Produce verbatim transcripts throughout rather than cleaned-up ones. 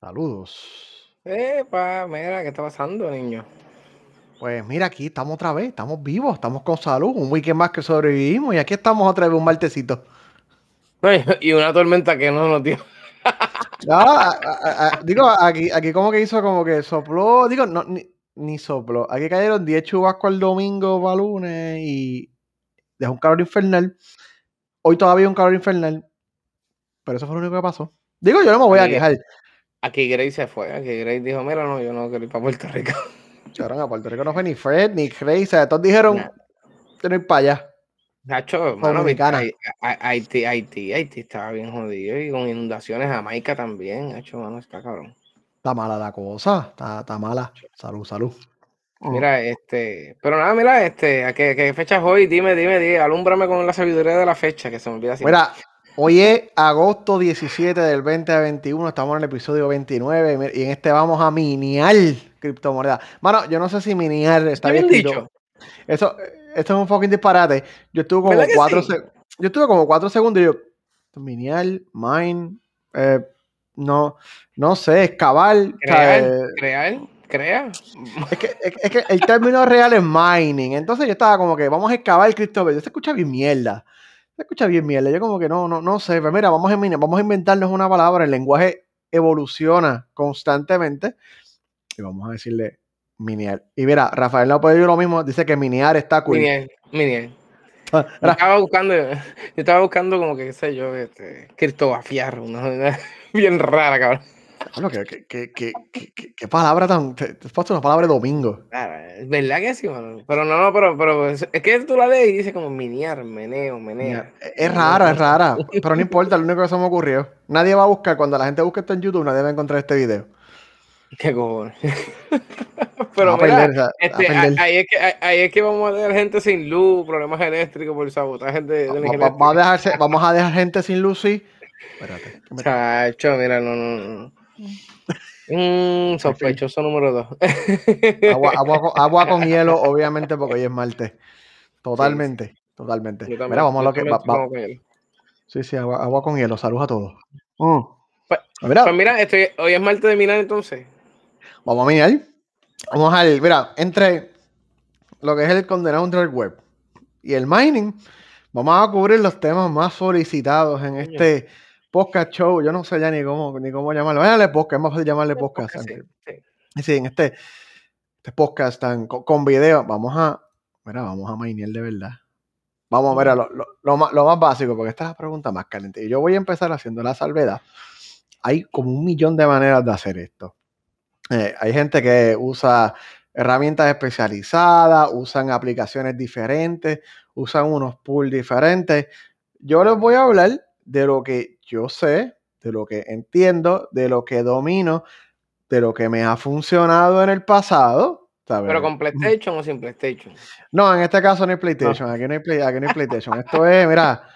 Saludos. Epa, mira, ¿qué está pasando, niño? Pues mira, aquí estamos otra vez, estamos vivos, estamos con salud, un weekend más que sobrevivimos y aquí estamos otra vez un martesito. Ay, y una tormenta que no nos dio. Ah, a- a- a- digo, aquí, aquí como que hizo como que sopló, digo, no, ni, ni sopló. Aquí cayeron diez chubascos el domingo para lunes y dejó un calor infernal. Hoy todavía hay un calor infernal, pero eso fue lo único que pasó. Digo, yo no me voy a Aquí, quejar. aquí Grace se fue. Aquí Grace dijo, mira, no, yo no quiero ir para Puerto Rico. Cabrón, a Puerto Rico no fue ni Fred, ni Crazy, o sea, todos Nah, dijeron, que no ir para allá, Nacho, hermano, viste, Dominicana. Hai- Hai- Haití, Haití, Haití estaba bien jodido y con inundaciones. Jamaica también, Nacho, mano, está cabrón. Está mala la cosa, está, está mala. Salud, salud. Mm. Mira, este, pero nada, mira, este, ¿a qué, qué fecha es hoy? Dime, dime, dime, alúmbrame con la sabiduría de la fecha, que se me olvida siempre. Mira, hoy es agosto diecisiete del veinte veintiuno, estamos en el episodio veintinueve y en este vamos a miniar criptomonedas. Mano, yo no sé si miniar está ¿Está bien bien escrito. dicho? Eso, esto es un fucking disparate. Yo estuve ¿Verdad como que cuatro, sí? se- yo estuve como cuatro segundos y yo, miniar, mine, eh, no, no sé, excavar, o sea, Crear, eh, crear, crea. es que, es, es que el término real es mining. Entonces yo estaba como que vamos a excavar el cripto. Se escucha bien mierda. Se escucha bien mierda. Yo como que no, no, no sé. Pero mira, vamos a, min- vamos a inventarnos una palabra. El lenguaje evoluciona constantemente. Y vamos a decirle miniar. Y mira, Rafael no puede decir lo mismo. Dice que miniar está cool. Minier, Minier. Yo Ra- estaba buscando, yo estaba buscando como que, qué sé yo, este, criptografiar, una una bien rara, cabrón. Hablo, ¿qué, qué, qué, qué, qué- qué- qué palabra tan. Te te has puesto una palabra de domingo. Rara, es verdad que sí, mano. Pero no, no, pero, pero es, es que tú la lees y dice como miniar, meneo, Miniar. menea. Es es No, no, rara, no es sé. rara. Pero no importa, lo único que se me ocurrió. Nadie va a buscar. Cuando la gente busque esto en YouTube, nadie va a encontrar este video. Qué cojones. Se va Pero a perder, mira, o sea, se va a este, a- perder. ahí es que, ahí ahí es que vamos a tener gente sin luz, problemas eléctricos por sabotaje de, de Va- energía va- va a eléctrica. dejarse, vamos a dejar gente sin luz, sí. Espérate, que me- Chacho, mira, no, no, no. Mm, al fin. sospechoso número dos. Agua, agua, con- agua con hielo, obviamente, porque hoy es martes. Sí, sí. Totalmente, totalmente. Yo Mira, también, vamos a yo lo que. también Va, estoy va- como con él. sí, sí, agua, agua con hielo. Saludos a todos. Mm. Pues, pues Mira, mira, estoy, hoy es martes de mirar entonces. vamos a mirar. Vamos a ver, mira, entre lo que es el condenado under web y el mining, vamos a cubrir los temas más solicitados en Coño, este podcast show. Yo no sé ya ni cómo, ni cómo llamarlo. Váyale podcast, es más fácil llamarle el podcast. podcast, sí, Aunque, sí. sí, en este, este podcast tan, con, con video, vamos a, mira, vamos a minear de verdad. Vamos a ver Mm. lo, lo, lo más, lo más básico, porque esta es la pregunta más caliente. Y yo voy a empezar haciendo la salvedad. Hay como un millón de maneras de hacer esto. Eh, hay gente que usa herramientas especializadas, usan aplicaciones diferentes, usan unos pools diferentes. Yo les voy a hablar de lo que yo sé, de lo que entiendo, de lo que domino, de lo que me ha funcionado en el pasado, Pero ¿sabes? con PlayStation o sin PlayStation. No, en este caso no hay No, PlayStation, aquí no hay, Play- aquí no hay PlayStation. Esto es, mira,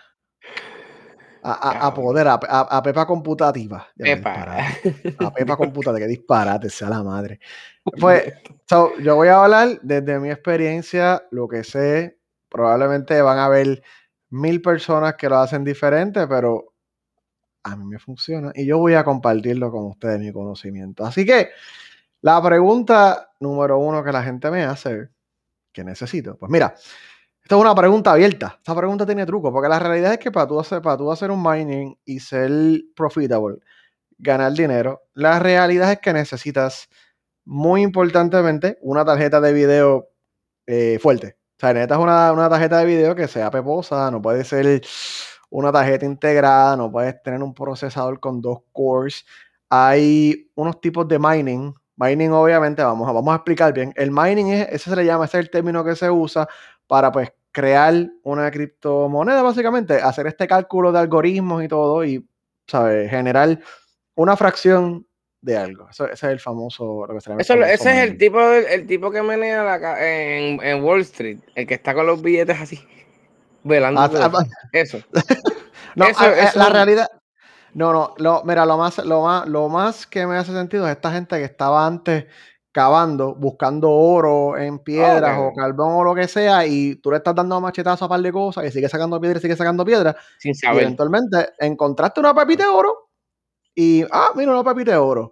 a, a, a cabrón. poder, a, a, a Pepa computativa. Ya lo Epa. disparate. A Pepa computativa, que disparate, sea la madre. Pues, so, yo voy a hablar desde mi experiencia, lo que sé. Probablemente van a haber mil personas que lo hacen diferente, pero a mí me funciona y yo voy a compartirlo con ustedes, mi conocimiento. Así que la pregunta número uno que la gente me hace, ¿qué necesito? Pues mira, esta es una pregunta abierta. Esta pregunta tiene truco, porque la realidad es que para tú hacer, para tú hacer un mining y ser profitable, ganar dinero, la realidad es que necesitas, muy importantemente, una tarjeta de video eh, fuerte. O sea, necesitas una, una tarjeta de video que sea peposa, no puede ser una tarjeta integrada, no puedes tener un procesador con dos cores. Hay unos tipos de mining. Mining, obviamente, vamos a, vamos a explicar bien. El mining es, ese se le llama, ese es el término que se usa para pues crear una criptomoneda, básicamente, hacer este cálculo de algoritmos y todo, y ¿sabes? Generar una fracción de algo. Eso, ese es el famoso, lo que se llama el Eso, famoso ese es el mining. tipo, del- el tipo que menea la, ca- en, en Wall Street, el que está con los billetes así, velando Ah, todo ah, eso. Eso, no, eso, ah, eh, eso la es un. realidad, no, no, lo, mira, lo más, lo más, lo más que me hace sentido es esta gente que estaba antes cavando, buscando oro en Oh, piedras o ok. carbón o lo que sea, y tú le estás dando machetazo a par de cosas y sigue sacando piedras, sigue sacando piedras, Sin y saber. eventualmente encontraste una pepita de oro y, ah, mira, una pepita de oro.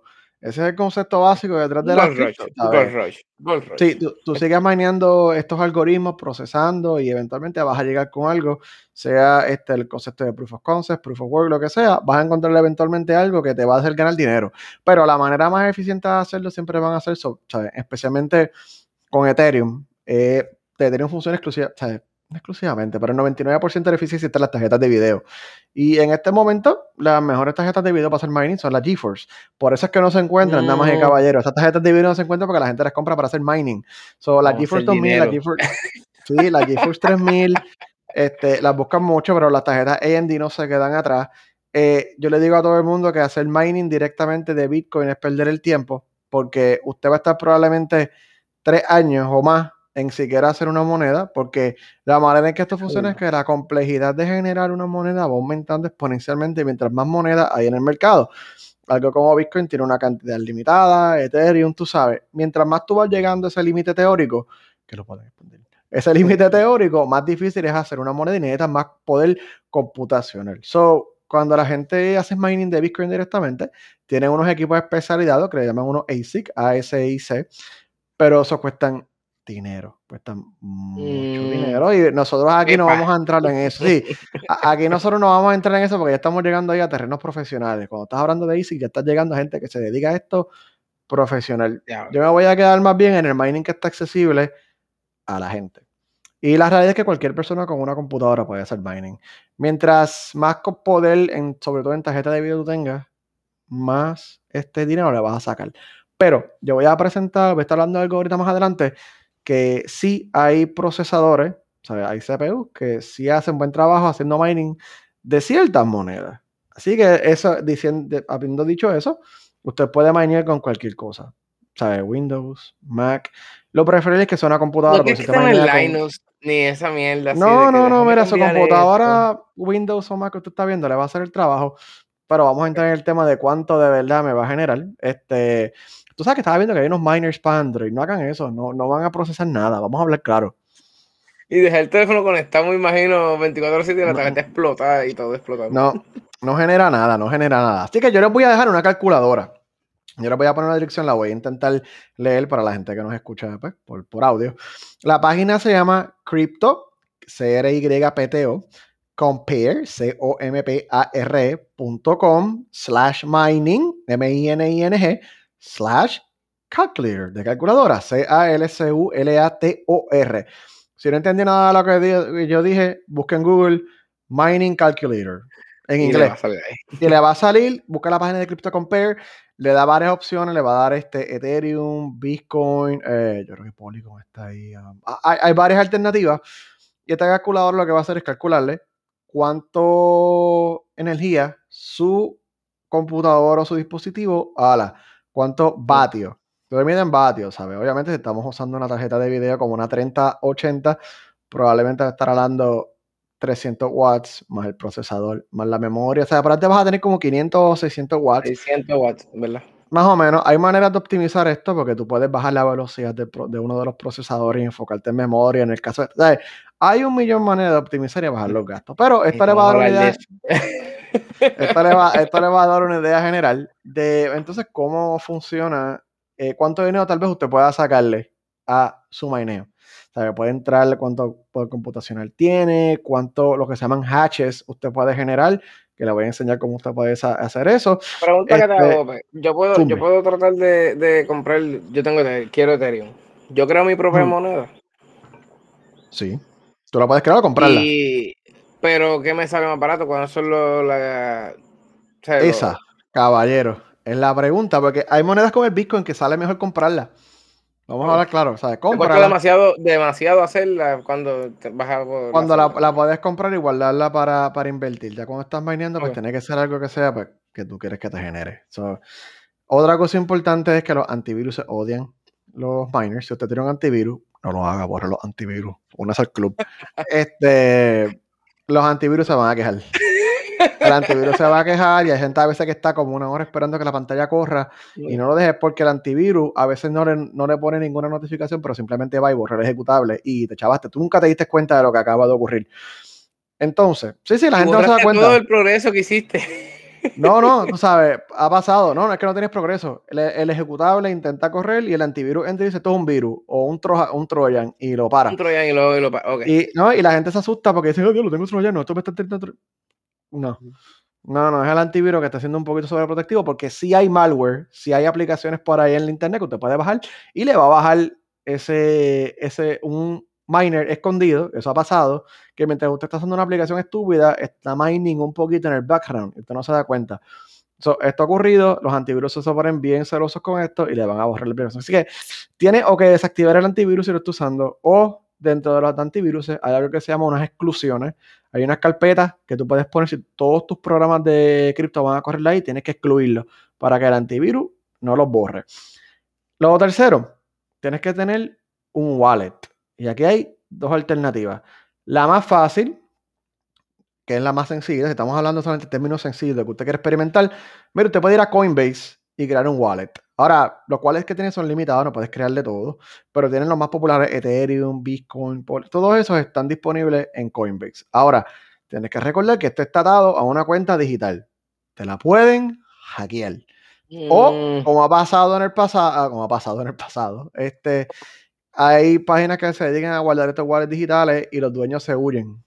Ese es el concepto básico detrás de las Gold Rush, criptos, Gold ¿sabes? Rush, Gold Rush. Sí, tú, tú sigues mineando estos algoritmos, procesando y eventualmente vas a llegar con algo, sea este el concepto de Proof of Concept, Proof of Work, lo que sea, vas a encontrar eventualmente algo que te va a hacer ganar dinero. Pero la manera más eficiente de hacerlo siempre van a ser, so- ¿sabes? Especialmente con Ethereum. Eh, Ethereum funciona exclusiva, ¿sabes? No exclusivamente, pero el noventa y nueve por ciento de la eficiencia está en las tarjetas de video. Y en este momento, las mejores tarjetas de video para hacer mining son las GeForce. Por eso es que no se encuentran, damas y Mm, caballeros. Estas tarjetas de video no se encuentran porque la gente las compra para hacer mining. So, las vamos a GeForce hacer dos mil, las dinero. GeForce, sí, las GeForce tres mil, este, las buscan mucho, pero las tarjetas A M D no se quedan atrás. Eh, yo le digo a todo el mundo que hacer mining directamente de Bitcoin es perder el tiempo, porque usted va a estar probablemente tres años o más en siquiera hacer una moneda, porque la manera en que esto funciona es que la complejidad de generar una moneda va aumentando exponencialmente mientras más monedas hay en el mercado. Algo como Bitcoin tiene una cantidad limitada, Ethereum, tú sabes. Mientras más tú vas llegando a ese límite teórico, que lo pueden expandir, ese límite teórico, más difícil es hacer una moneda y necesitas más poder computacional. So, cuando la gente hace mining de Bitcoin directamente, tienen unos equipos especializados que le llaman unos A S I C, A S I C, pero esos cuestan dinero, cuestan mucho Mm, dinero y nosotros aquí no epa. vamos a entrar en eso. Sí, a- aquí nosotros no vamos a entrar en eso porque ya estamos llegando ahí a terrenos profesionales. Cuando estás hablando de A S I C, ya estás llegando a gente que se dedica a esto profesional. Yo me Diablo. voy a quedar más bien en el mining que está accesible a la gente. Y la realidad es que cualquier persona con una computadora puede hacer mining. Mientras más co- poder, en, sobre todo en tarjeta de video tú tengas, más este dinero le vas a sacar. Pero yo voy a presentar, voy a estar hablando de algo ahorita más adelante, que sí hay procesadores, o sea, hay C P U que sí hacen buen trabajo haciendo mining de ciertas monedas. Así que eso, diciendo, habiendo dicho eso, usted puede minear con cualquier cosa. ¿Sabe? Windows, Mac. Lo preferible es que sea una No computadora, porque tienes si que usted tener minea con, Linux ni esa mierda así de no, que no, no, déjame mira, su cambiar esto. computadora Windows o Mac que usted está viendo le va a hacer el trabajo, pero vamos a entrar en el tema de cuánto de verdad me va a generar. Este, tú sabes que estaba viendo que hay unos miners para Android, no hagan eso, no, no van a procesar nada, vamos a hablar claro. Y dejar el teléfono conectado, me imagino, veinticuatro siete y la No, tarjeta explotada y todo explotando. no, no genera nada, no genera nada. Así que yo les voy a dejar una calculadora. Yo les voy a poner una dirección, la voy a intentar leer para la gente que nos escucha después por, por audio. La página se llama Crypto, C R Y P T O, compare, C O M P A R punto com, slash mining, M I N I N G, slash calculator, de calculadora, C A L C U L A T O R. Si no entendí nada de lo que yo dije, busquen en Google Mining Calculator, en Y le va inglés. a salir ahí. Y le va a salir, busca la página de Crypto Compare, le da varias opciones, le va a dar este Ethereum, Bitcoin, eh, yo creo que Polygon está ahí. Um, hay, hay, varias alternativas. Y este calculador lo que va a hacer es calcularle cuánto energía su computador o su dispositivo ala, cuánto vatios. Todo mide en vatios, ¿sabes? Obviamente, si estamos usando una tarjeta de video como una treinta ochenta, probablemente va a estar hablando trescientos watts más el procesador, más la memoria. O sea, para ti vas a tener como quinientos o seiscientos watts. seiscientos watts, ¿verdad? Más o menos. Hay maneras de optimizar esto porque tú puedes bajar la velocidad de, pro, de uno de los procesadores y enfocarte en memoria. En el caso de, ¿sabes? Hay un millón de maneras de optimizar y bajar los gastos. Pero esto le va Vamos a a dar una hablar de idea. eso. Esto le, va, esto le va a dar una idea general de entonces cómo funciona, eh, cuánto dinero tal vez usted pueda sacarle a su mineo. O sea, puede entrar cuánto poder computacional tiene, cuánto, lo que se llaman hatches usted puede generar, que le voy a enseñar cómo usted puede hacer eso. Pregunta que te Este, hago, Pe. Yo puedo, yo zumbe. puedo tratar de, de comprar, yo tengo, Ethereum, quiero Ethereum. Yo creo mi propia Ujú. moneda. Sí. Tú la puedes crear o comprarla. Y, pero ¿qué me sale más barato? ¿Cuándo son los, la, o sea, Esa, los, caballero, es la pregunta, porque hay monedas como el Bitcoin que sale mejor comprarla. Vamos a hablar claro, ¿sabes? te cuesta Cómprala. demasiado, demasiado hacerla cuando te vas a poder Cuando la, hacerla? la puedes comprar y guardarla para, para invertir. Ya cuando estás mineando, pues Ok. tiene que ser algo que sea pues, que tú quieres que te genere. So, otra cosa importante es que los antivirus se odian los miners. Si usted tiene un antivirus, no lo haga, borre los antivirus. Únase al club. Este, los antivirus se van a quejar. El antivirus se va a quejar y hay gente a veces que está como una hora esperando que la pantalla corra y no lo dejes porque el antivirus a veces no le, no le pone ninguna notificación, pero simplemente va y borra el ejecutable y te chavaste. Tú nunca te diste cuenta de lo que acaba de ocurrir. Entonces, sí, sí, la Y gente no se da borraste todo cuenta. el progreso que hiciste. No, no, tú sabes, ha pasado. No, no es que no tienes progreso. El, el ejecutable intenta correr y el antivirus entra y dice, esto es un virus o un, troja, un Trojan y lo para. Un Trojan y lo, y lo pa- ok. Y, no, y la gente se asusta porque dice, oh, Dios, lo tengo troyano, esto me está intentando... No, no, no, es el antivirus que está siendo un poquito sobreprotectivo porque sí hay malware, sí hay aplicaciones por ahí en la internet que usted puede bajar y le va a bajar ese, ese, un miner escondido, eso ha pasado, que mientras usted está haciendo una aplicación estúpida, está mining un poquito en el background y usted no se da cuenta. So, esto ha ocurrido, los antivirus se ponen bien celosos con esto y le van a borrar la aplicación. Así que tiene o que desactivar el antivirus si lo está usando, o dentro de los antivirus hay algo que se llama unas exclusiones. Hay unas carpetas que tú puedes poner si todos tus programas de cripto van a correr ahí, tienes que excluirlos para que el antivirus no los borre. Lo tercero, tienes que tener un wallet. Y aquí hay dos alternativas. La más fácil, que es la más sencilla, si estamos hablando solamente en términos sencillos de que usted quiere experimentar, mire, usted puede ir a Coinbase y crear un wallet. Ahora, los wallets que tienen son limitados, no puedes crear de todo, pero tienen los más populares, Ethereum, Bitcoin, todos esos están disponibles en Coinbase. Ahora, tienes que recordar que esto está atado a una cuenta digital. Te la pueden hackear. O, Mm, como ha pasado en el pasado, como ha pasado en el pasado, este, hay páginas que se dedican a guardar estos wallets digitales y los dueños se huyen.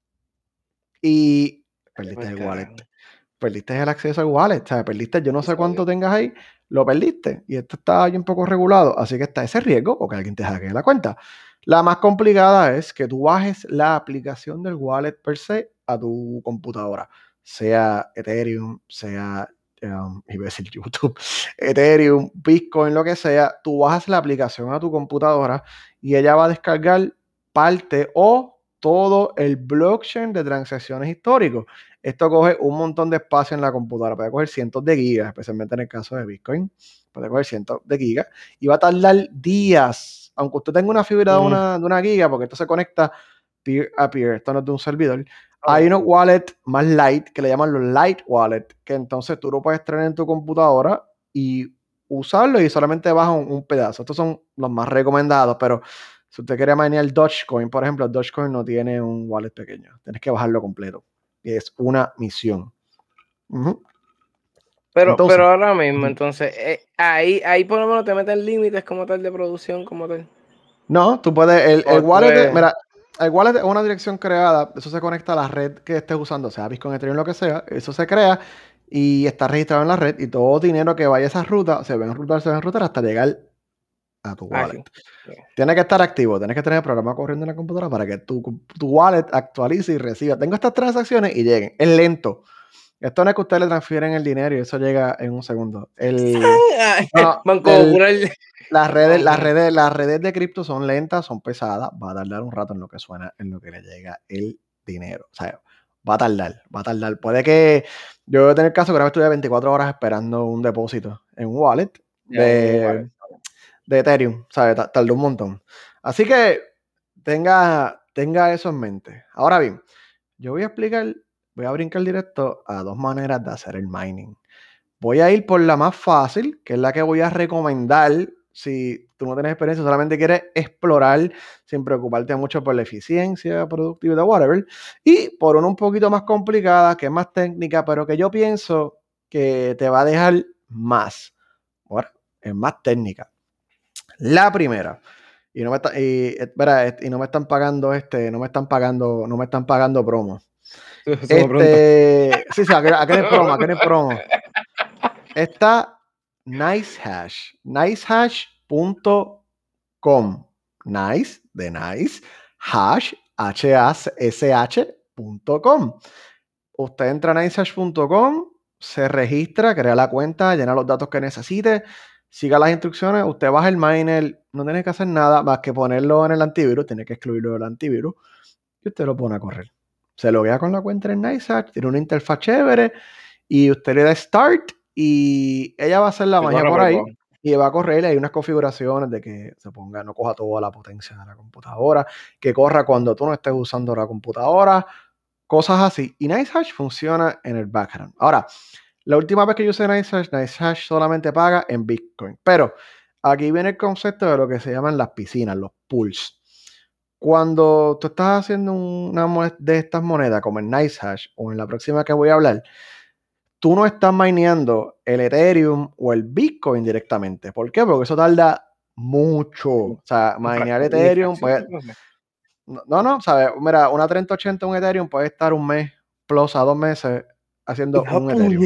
Y perdiste pues el wallet. carajo. Perdiste el acceso al wallet. O sea, perdiste, yo no sé Eso, cuánto tengas ahí, lo perdiste. Y esto está ahí un poco regulado. Así que está ese riesgo o que alguien te hackee la cuenta. La más complicada es que tú bajes la aplicación del wallet per se a tu computadora. Sea Ethereum, sea, um, iba a decir YouTube, Ethereum, Bitcoin, lo que sea. Tú bajas la aplicación a tu computadora y ella va a descargar parte o todo el blockchain de transacciones históricos. Esto coge un montón de espacio en la computadora, puede coger cientos de gigas, especialmente en el caso de Bitcoin, puede coger cientos de gigas y va a tardar días, aunque usted tenga una fibra de mm, una, de una giga, porque esto se conecta peer a peer, esto no es de un servidor. Hay ok. unos wallets más light que le llaman los light wallet, que entonces tú lo puedes traer en tu computadora y usarlo y solamente baja un, un pedazo. Estos son los más recomendados, pero si usted quiere manejar Dogecoin, por ejemplo, Dogecoin no tiene un wallet pequeño, tienes que bajarlo completo. Y es una misión. Ujú. Pero, Entonces, pero ahora mismo, ujú. entonces, eh, ahí, ahí por lo menos te meten límites como tal de producción, como tal. No, tú puedes, el, el O tú wallet, de- puedes. mira, el wallet es una dirección creada, eso se conecta a la red que estés usando, sea Bitcoin, Ethereum, lo que sea, eso se crea y está registrado en la red y todo dinero que vaya a esa ruta se va a enrutar, se va a enrutar hasta llegar a tu Ah, wallet. sí. Ok. Tiene que estar activo, tienes que tener el programa corriendo en la computadora para que tu, tu wallet actualice y reciba. Tengo estas transacciones y lleguen. Es lento. Esto no es que ustedes le transfieren el dinero y eso llega en un segundo. El, Ah, no, no, Banco el, Popular. las redes, las Ajá. redes, las redes de cripto son lentas, son pesadas, va a tardar un rato en lo que suena, en lo que le llega el dinero. O sea, va a tardar, va a tardar. Puede que yo voy a tener caso que ahora estuve veinticuatro horas esperando un depósito en un wallet Ya, un de, wallet. de Ethereum, ¿sabes? Ta- Tardó un montón. Así que tenga, tenga eso en mente. Ahora bien, yo voy a explicar, voy a brincar directo a dos maneras de hacer el mining. Voy a ir por la más fácil, que es la que voy a recomendar si tú no tienes experiencia, solamente quieres explorar sin preocuparte mucho por la eficiencia, productividad, whatever. Y por una un poquito más complicada, que es más técnica, pero que yo pienso que te va a dejar más. Bueno, es más técnica. La primera. Y no me está- y, espera, este, y no me están pagando este, no me están pagando, no me están pagando promo. Somos pronto. Este, sí, sí, aquí, aquí no hay promo, aquí no hay promo. Está NiceHash, nicehash punto com. Nice, de nice, hash, h a s h punto com. Usted entra a nicehash punto com, se registra, crea la cuenta, llena los datos que necesite, siga las instrucciones, usted baja el miner, no tiene que hacer nada más que ponerlo en el antivirus, tiene que excluirlo del antivirus y usted lo pone a correr. Se loguea con la cuenta en NiceHash, tiene una interfaz chévere y usted le da Start y ella va a hacer la Y magia corre por por ahí bajo. y va a correr. Hay unas configuraciones de que se ponga, no coja toda la potencia de la computadora, que corra cuando tú no estés usando la computadora, cosas así. Y NiceHash funciona en el background. Ahora, la última vez que yo usé NiceHash, NiceHash solamente paga en Bitcoin. Pero aquí viene el concepto de lo que se llaman las piscinas, los pools. Cuando tú estás haciendo una moneda de estas monedas, como en NiceHash o en la próxima que voy a hablar, tú no estás mineando el Ethereum o el Bitcoin directamente. ¿Por qué? Porque eso tarda mucho. O sea, minear Ethereum, pues... No, no, ¿sabes? Mira, una treinta ochenta, un Ethereum puede estar un mes, plus a dos meses haciendo Hija un Ethereum.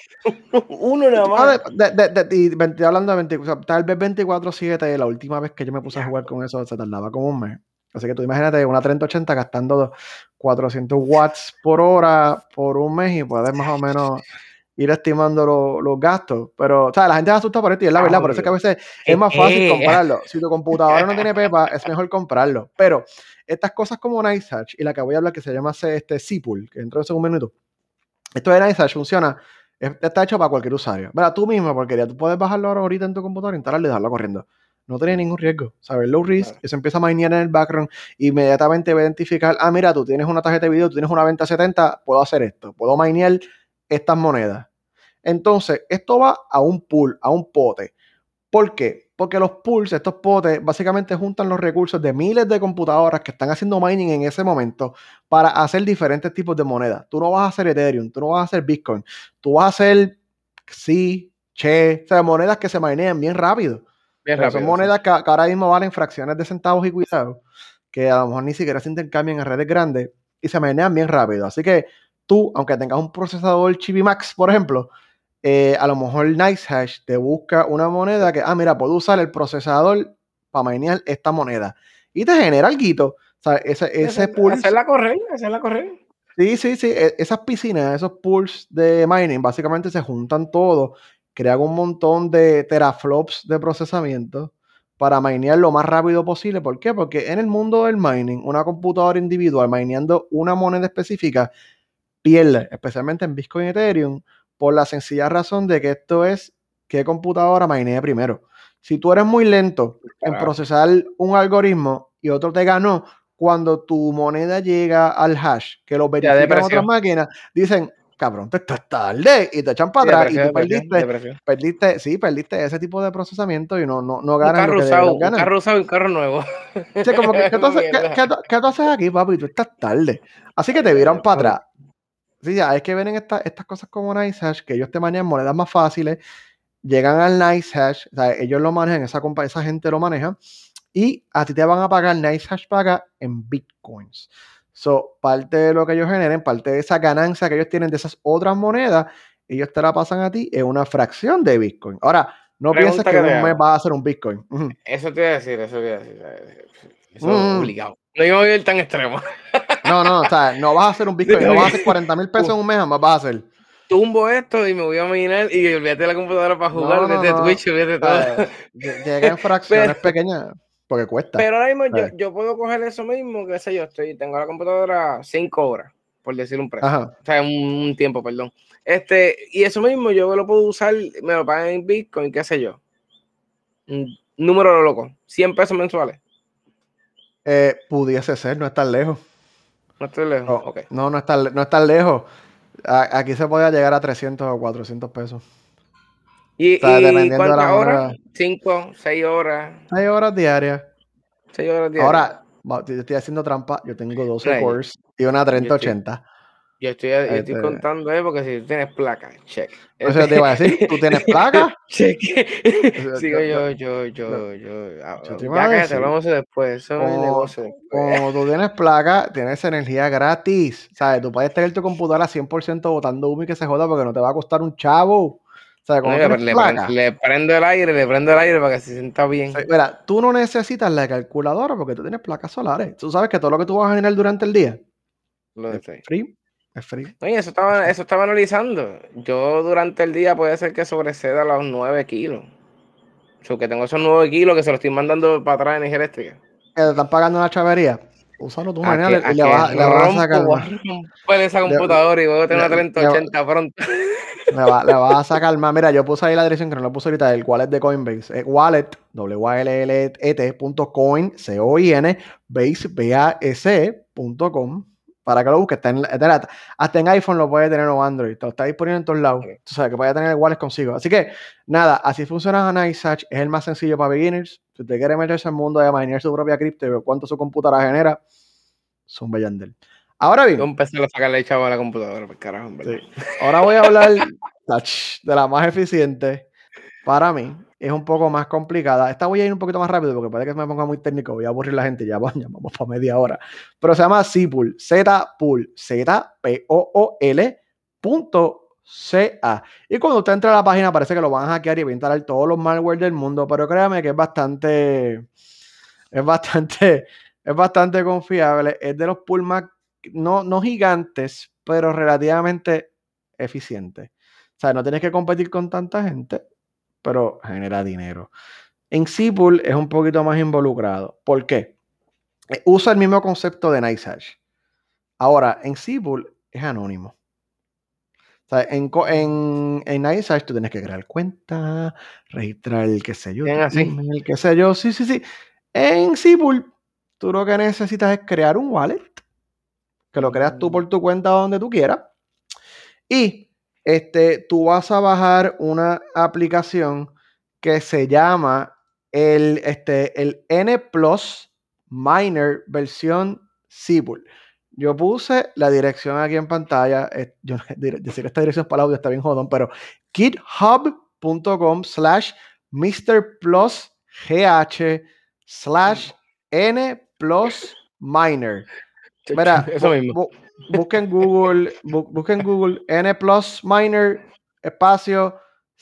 Uno nada más. De, de, de, de, y estoy hablando de veinticuatro, o sea, tal vez veinticuatro siete, la última vez que yo me puse a jugar con eso se tardaba como un mes. Así que tú imagínate una treinta ochenta gastando cuatrocientos watts por hora por un mes y puedes más o menos ir estimando lo, los gastos. Pero, o sea, la gente se asusta por esto y es la verdad. Por eso es que a veces es más fácil comprarlo. Si tu computadora no tiene pepa, es mejor comprarlo. Pero estas cosas como NiceHash y la que voy a hablar que se llama este Seapool, que dentro de un minuto, esto de NiceHash funciona, está hecho para cualquier usuario. Mira, tú mismo, porque tú puedes bajarlo ahora ahorita en tu computadora, instalarlo y dejarlo corriendo. No tiene ningún riesgo, ¿sabes? Low risk, y se empieza a minear en el background, inmediatamente va a identificar, ah, mira, tú tienes una tarjeta de video, tú tienes una venta setenta, puedo hacer esto, puedo minear estas monedas. Entonces, esto va a un pool, a un pote. ¿Por qué? Porque los pools, estos potes, básicamente juntan los recursos de miles de computadoras que están haciendo mining en ese momento para hacer diferentes tipos de monedas. Tú no vas a hacer Ethereum, tú no vas a hacer Bitcoin, tú vas a hacer Xi, Che, o sea, monedas que se minean bien rápido. Bien O sea, son rápido, sí. monedas que, que ahora mismo valen fracciones de centavos y cuidado, que a lo mejor ni siquiera se intercambian en redes grandes y se minean bien rápido. Así que tú, aunque tengas un procesador Chibimax, por ejemplo, eh, a lo mejor NiceHash te busca una moneda que, ah, mira, puedo usar el procesador para minear esta moneda. Y te genera algo. O sea, ese, ese Hacer, pool. hacerla correr, hacerla correr. Sí, sí, sí. e- Esas piscinas, esos pools de mining, básicamente se juntan todos, crean un montón de teraflops de procesamiento para minear lo más rápido posible. ¿Por qué? Porque en el mundo del mining, una computadora individual mineando una moneda específica pierde, especialmente en Bitcoin y Ethereum, por la sencilla razón de que esto es qué computadora mainee primero. Si tú eres muy lento en Carajo. procesar un algoritmo y otro te ganó, cuando tu moneda llega al hash, que lo Ya, verifican otras depresión. máquinas, dicen, cabrón, esto es tarde, y te echan Sí, para atrás y depresión, tú depresión, perdiste, depresión. perdiste, sí, perdiste ese tipo de procesamiento y no, no, no Un ganas lo carro que usado, deberías un ganar. carro usado y un carro nuevo. Sí, como que, ¿qué tú, haces, qué, Mierda. qué tú- qué tú haces aquí, papi? Tú estás tarde. Así que te viran para atrás. Sí, ya, es que ven esta, estas cosas como NiceHash, que ellos te manejan monedas más fáciles, llegan al NiceHash, o sea, ellos lo manejan, esa, compa esa gente lo maneja, y a ti te van a pagar, NiceHash paga en Bitcoins. So, parte de lo que ellos generen, parte de esa ganancia que ellos tienen de esas otras monedas, ellos te la pasan a ti en una fracción de Bitcoin. Ahora, no pienses Pregunta que que en te un mes hago. vas a hacer un Bitcoin. Uh Eso te iba a decir, eso te iba a decir. Eso -huh. obligado. No iba a ir tan extremo. No, no, o sea, no vas a hacer un Bitcoin, no vas a hacer cuarenta mil pesos en un mes, jamás vas a hacer. Tumbo esto y me voy a minar y olvídate de la computadora para jugar, No, no, olvídate de no. Twitch, olvídate de O todo. sea, llega en Pero, fracciones pequeñas porque cuesta. pero ahora mismo O yo, sea, yo puedo coger eso mismo, qué sé yo, estoy, tengo la computadora cinco horas, por decir un precio. ajá. O sea, un, un tiempo, perdón. Este, y eso mismo yo lo puedo usar, me lo pagan en Bitcoin, qué sé yo. Un número loco, cien pesos mensuales. Eh, pudiese ser, no es tan lejos. No estoy lejos. No, Ok. no, no es tan, no es tan lejos. A- aquí se podía llegar a trescientos o cuatrocientos pesos. ¿Y, O sea, y dependiendo de la cuántas horas? moneda. Cinco, seis horas. Seis horas diarias. Seis horas diarias. Ahora, va- te- estoy haciendo trampa. Yo tengo doce No, yo, cores y una yo estoy, treinta ochenta. yo estoy, yo estoy Este, contando, eh, porque si tú tienes placa, check. o sea, te Este, iba a decir, ¿tú tienes placa? check. O sea, Sigo yo, yo, yo, yo, yo- yo, yo. ah, yo te Ya iba a cállate, decir. hablamos de eso después. Eso es mi Como, negocio después. como tú tienes placa, tienes energía gratis. ¿Sabes? Tú puedes tener tu computadora cien por ciento botando humo y que se joda porque no te va a costar un chavo. ¿Sabes? No, Cuando le, tienes le, prendo, placa. le prendo el aire, le prendo el aire para que se sienta Sí, bien. mira, tú no necesitas la calculadora porque tú tienes placas solares. Tú sabes que todo lo que tú vas a generar durante el día Lo es sé. free. Es free. Oye, eso Es estaba, free. eso estaba analizando. Yo durante el día puede ser que sobreceda los nueve kilos. O sea, que tengo esos nueve kilos que se los estoy mandando para atrás de energía eléctrica. Que te están pagando una chavería. Úsalo tú, A que, mañana y a le que vas, a- le vas a rompo, sacar voy a más. romper esa Le, computadora y voy a tener le, una treinta le- ochenta pronto. Le, va, le vas a sacar más. Mira, yo puse ahí la dirección que no la puse ahorita, el wallet de Coinbase. Eh, wallet, W A L L E T punto coin, C O I N, base, B A S punto com. Para que lo busques. Está en, está, hasta en iPhone lo puede tener o Android. Te lo está disponible en todos lados. Okay. Tú sabes que puede tener el wallet consigo. Así que, nada, así funciona NiceHash. Es el más sencillo para beginners. Si usted quiere meterse al mundo de minear su propia cripto y ver cuánto su computadora genera, son Bellander. Ahora bien. Empezar a sacarle chavo a la computadora, pues carajo, en verdad. Sí. Ahora voy a hablar de la más eficiente. Para mí es un poco más complicada. Esta voy a ir un poquito más rápido porque puede que me ponga muy técnico. Voy a aburrir a la gente. Ya, ya vamos para media hora. Pero se llama Z-Pool. Z-Pool. Z P O O L punto C A. Y cuando usted entra a la página parece que lo van a hackear y va a instalar todos los malware del mundo. Pero créame que es bastante... Es bastante... Es bastante confiable. Es de los pool más... No, no gigantes, pero relativamente eficientes. O sea, no tienes que competir con tanta gente, pero genera dinero. En Z-Pool es un poquito más involucrado. ¿Por qué? Usa el mismo concepto de NiceHash. Ahora, en Z-Pool es anónimo. O sea, en, en, en NiceHash tú tienes que crear cuenta, registrar el qué sé yo, tu email, qué sé yo. Sí, sí, sí. En Z-Pool, tú lo que necesitas es crear un wallet, que lo creas tú por tu cuenta donde tú quieras. Y este, tú vas a bajar una aplicación que se llama el, este, el N Plus Miner versión Z-Pool. Yo puse la dirección aquí en pantalla. Eh, yo decir esta dirección para el audio está bien jodón, pero github.com slash Mr. Plus GH slash N Plus Miner. Mira, eso mismo. Busquen Google, bu busquen Google N Plus Miner espacio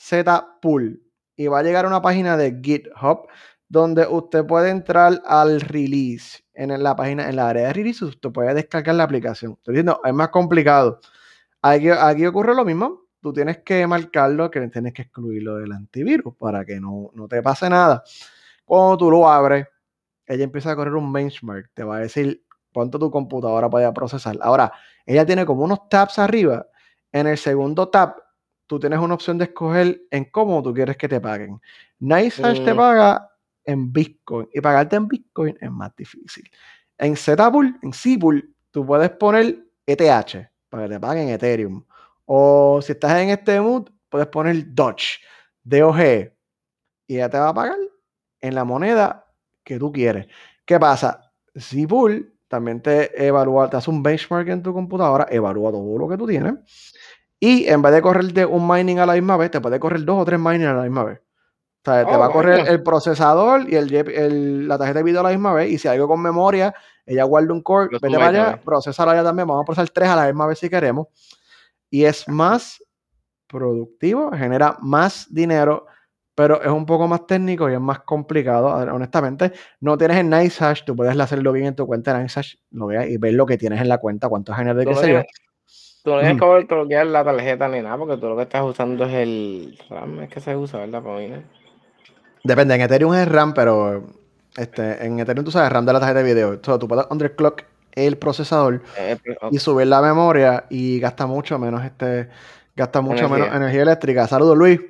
Z-Pool y va a llegar a una página de GitHub donde usted puede entrar al release. En la página, en la área de release, usted puede descargar la aplicación. Estoy diciendo, es más complicado. Aquí, aquí ocurre lo mismo. Tú tienes que marcarlo, que tienes que excluirlo del antivirus para que no, no te pase nada. Cuando tú lo abres, ella empieza a correr un benchmark. Te va a decir cuánto tu computadora puede procesar. Ahora, ella tiene como unos tabs arriba. En el segundo tab, tú tienes una opción de escoger en cómo tú quieres que te paguen. NiceHash mm. te paga en Bitcoin y pagarte en Bitcoin es más difícil. En Z-Pool, en Z-Pool, tú puedes poner E T H para que te paguen Ethereum. O si estás en este mood, puedes poner Doge, D O G, y ella te va a pagar en la moneda que tú quieres. ¿Qué pasa? Z-Pool también te evalúa, te hace un benchmark en tu computadora, evalúa todo lo que tú tienes y en vez de correrte un mining a la misma vez, te puede correr dos o tres mining a la misma vez. O sea, oh, te va a correr el procesador y el, el, la tarjeta de video a la misma vez y si hay algo con memoria, ella guarda un core, vete para allá, procesala allá también, vamos a procesar tres a la misma vez si queremos y es más productivo, genera más dinero, pero es un poco más técnico y es más complicado. Honestamente, no tienes el NiceHash, tú puedes hacerlo bien en tu cuenta de NiceHash, lo veas y ver lo que tienes en la cuenta, cuánto genera de qué sé yo. Tú no tienes mm. que bloquear la tarjeta ni nada, porque tú lo que estás usando es el RAM, es que se usa, ¿verdad? Para mí, ¿no? Depende, en Ethereum es RAM, pero este, en Ethereum tú sabes RAM de la tarjeta de video. Entonces, tú puedes underclock el procesador eh, okay. y subir la memoria y gasta mucho menos este gasta mucho energía. menos energía eléctrica. Saludos, Luis.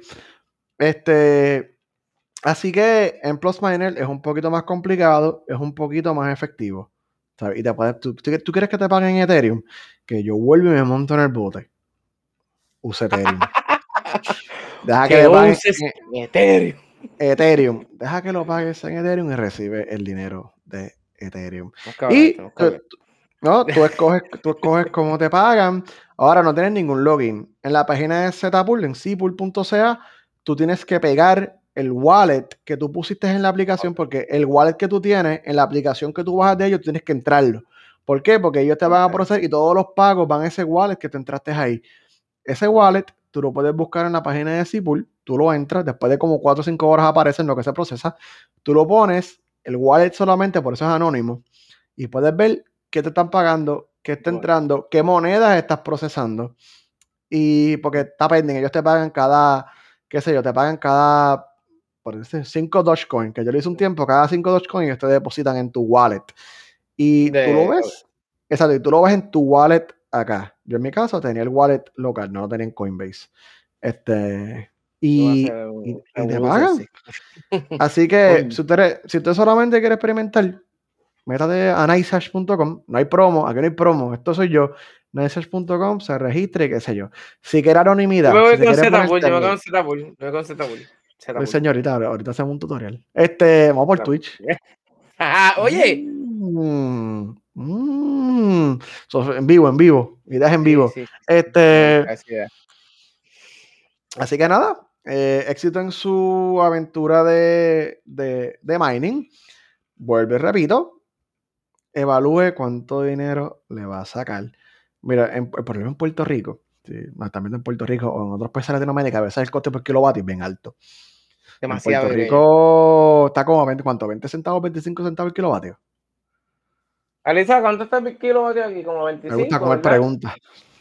Este, así que en Plus Miner es un poquito más complicado, es un poquito más efectivo. ¿Sabes? Y te puedes, ¿tú, tú quieres que te paguen en Ethereum? Que yo vuelvo y me monto en el bote. Use Ethereum. Deja que, que le paguen en Ethereum. Ethereum. Deja que lo pagues en Ethereum y recibe el dinero de Ethereum. Y tú, no, tú escoges, tú escoges cómo te pagan. Ahora no tienes ningún login. En la página de Z-Pool, en Z-Pool punto C A, tú tienes que pegar el wallet que tú pusiste en la aplicación, porque el wallet que tú tienes, en la aplicación que tú bajas de ellos, tienes que entrarlo. ¿Por qué? Porque ellos te van a procesar y todos los pagos van a ese wallet que te entraste ahí. Ese wallet, tú lo puedes buscar en la página de Z-Pool, tú lo entras, después de como cuatro o cinco horas aparece en lo que se procesa, tú lo pones, el wallet solamente, por eso es anónimo, y puedes ver qué te están pagando, qué está entrando, qué monedas estás procesando. Y porque está pending, ellos te pagan cada, qué sé yo, te pagan cada, por decir, cinco Dogecoin, que yo lo hice un tiempo, cada cinco Dogecoin ellos te depositan en tu wallet. Y de... tú lo ves, exacto, y tú lo ves en tu wallet acá. Yo en mi caso tenía el wallet local, no lo tenía en Coinbase. Este, y, un, y, y te pagan. Así que si usted, si usted solamente quiere experimentar, métate a nicehash punto com. No hay promo, aquí no hay promo. Esto soy yo. nicehash punto com, se registre, qué sé yo. Si quiere anonimidad. Yo me voy si con Z-Pool, yo me voy con Z-Pool. Yo me voy con Z-Pool. Pues señorita, ahorita hacemos un tutorial. Este, vamos por Twitch. Oye. Mm. Mm, so, en vivo, en vivo. Ideas en Sí, vivo. sí, sí, sí. Me Este, gusta esa idea. así que nada, eh, éxito en su aventura de, de, de mining. Vuelve, repito, evalúe cuánto dinero le va a sacar. Mira, en, el problema en Puerto Rico, sí, más también en Puerto Rico o en otros países de Latinoamérica, a veces el coste por kilovatio es bien alto. En Demasiado, Puerto diría yo. Rico está como veinte, ¿cuánto? ¿veinte centavos, veinticinco centavos el kilovatio? Alisa, ¿cuánto está el kilovatio aquí? Como Me gusta veinticinco, comer ¿verdad? preguntas.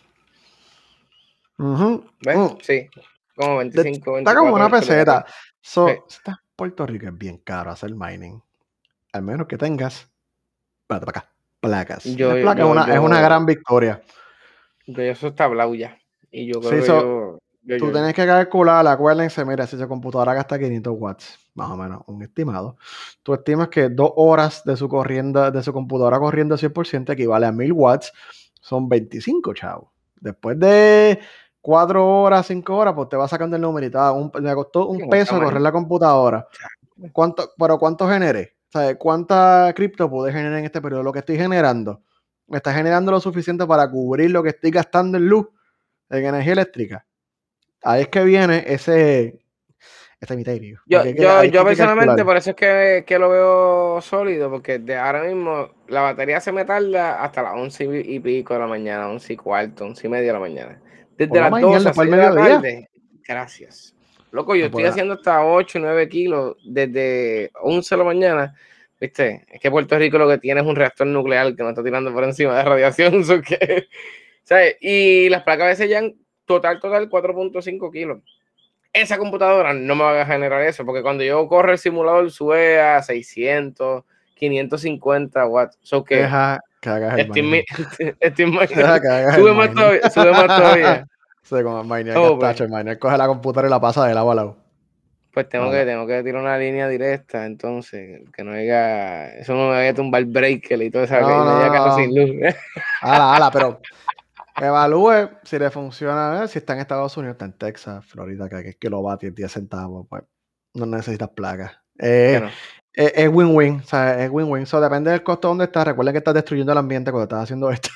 Ujú, ¿Ves? mm. Sí, como De- veinticinco, está como veinticuatro una el kilovatio. peseta. Sí. So, si estás en Puerto Rico es bien caro hacer mining. Al menos que tengas, espérate, para acá, placas. Yo, Tienes placas, es yo, una, es una yo, gran victoria. yo, eso está hablado ya. Y yo creo Sí, que so, yo, yo, tú yo. tienes que calcular, acuérdense, mira, si esa computadora gasta quinientos watts, más o menos, un estimado. Tú estimas que dos horas de su corriendo, de su computadora corriendo cien por ciento equivale a mil watts, son veinticinco, chavos. Después de cuatro horas, cinco horas, pues te va sacando el numerito. Ah, un- me costó Sí, un no está peso mal. correr la computadora. ¿Cuánto, pero cuánto generé? O sea, ¿cuánta cripto pude generar en este periodo? Lo que estoy generando, me está generando lo suficiente para cubrir lo que estoy gastando en luz, en energía eléctrica. Ahí es que viene ese, ese misterio. Yo, Porque hay que- yo, ahí es que yo hay que calcular. personalmente, por eso es que, que lo veo sólido, porque de ahora mismo la batería se me tarda hasta las once y y pico de la mañana, once y cuarto, once y media de la mañana. Desde Ponlo a las mainear doce a después del seis de la mediodía. tarde, gracias. Loco, yo No estoy puede- haciendo hasta ocho nueve kilos desde once de la mañana. ¿Viste? Es que Puerto Rico lo que tiene es un reactor nuclear que nos está tirando por encima de radiación. so que, ¿sabes? Y las placas a veces ya en total, total, cuatro punto cinco kilos. Esa computadora no me va a generar eso, porque cuando yo corro el simulador sube a seiscientos, quinientos cincuenta watts. So que Deja que hagas el estoy, mining. estoy Deja que hagas el sube más mining. todavía, sube más todavía. Sí, como el miner Oh, pues, gastacho, el miner coge la computadora y la pasa de lado a lado. pues tengo Ala, que, tengo que tirar una línea directa, entonces, que no diga, eso no me vaya a tumbar el breaker y todo eso, y no, me diga carro no, sin no. luz. Ala, ala, pero evalúe si le funciona, eh, si está en Estados Unidos, está en Texas, Florida, que, que es kilovatios, diez centavos, pues no necesitas placas. Que Eh, no. eh, es win-win, o sea, es win-win. So, depende del costo donde estás. Recuerda que estás destruyendo el ambiente cuando estás haciendo esto.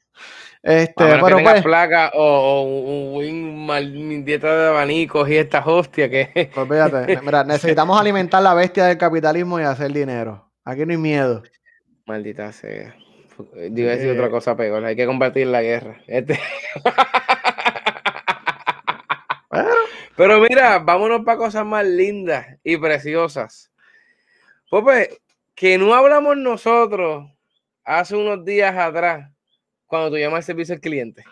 A Este, menos que pero tengas pues, placa o, o un win mal dieta de abanicos y estas hostias que. olvídate. Ne- Mira, necesitamos alimentar la bestia del capitalismo y hacer dinero. Aquí no hay miedo. Maldita sea. Yo Así iba a decir otra que, cosa peor. Hay que combatir la guerra. Este. bueno, Pero mira, vámonos para cosas más lindas y preciosas. Pues, pues, que no hablamos nosotros hace unos días atrás, cuando tú llamas al servicio al cliente.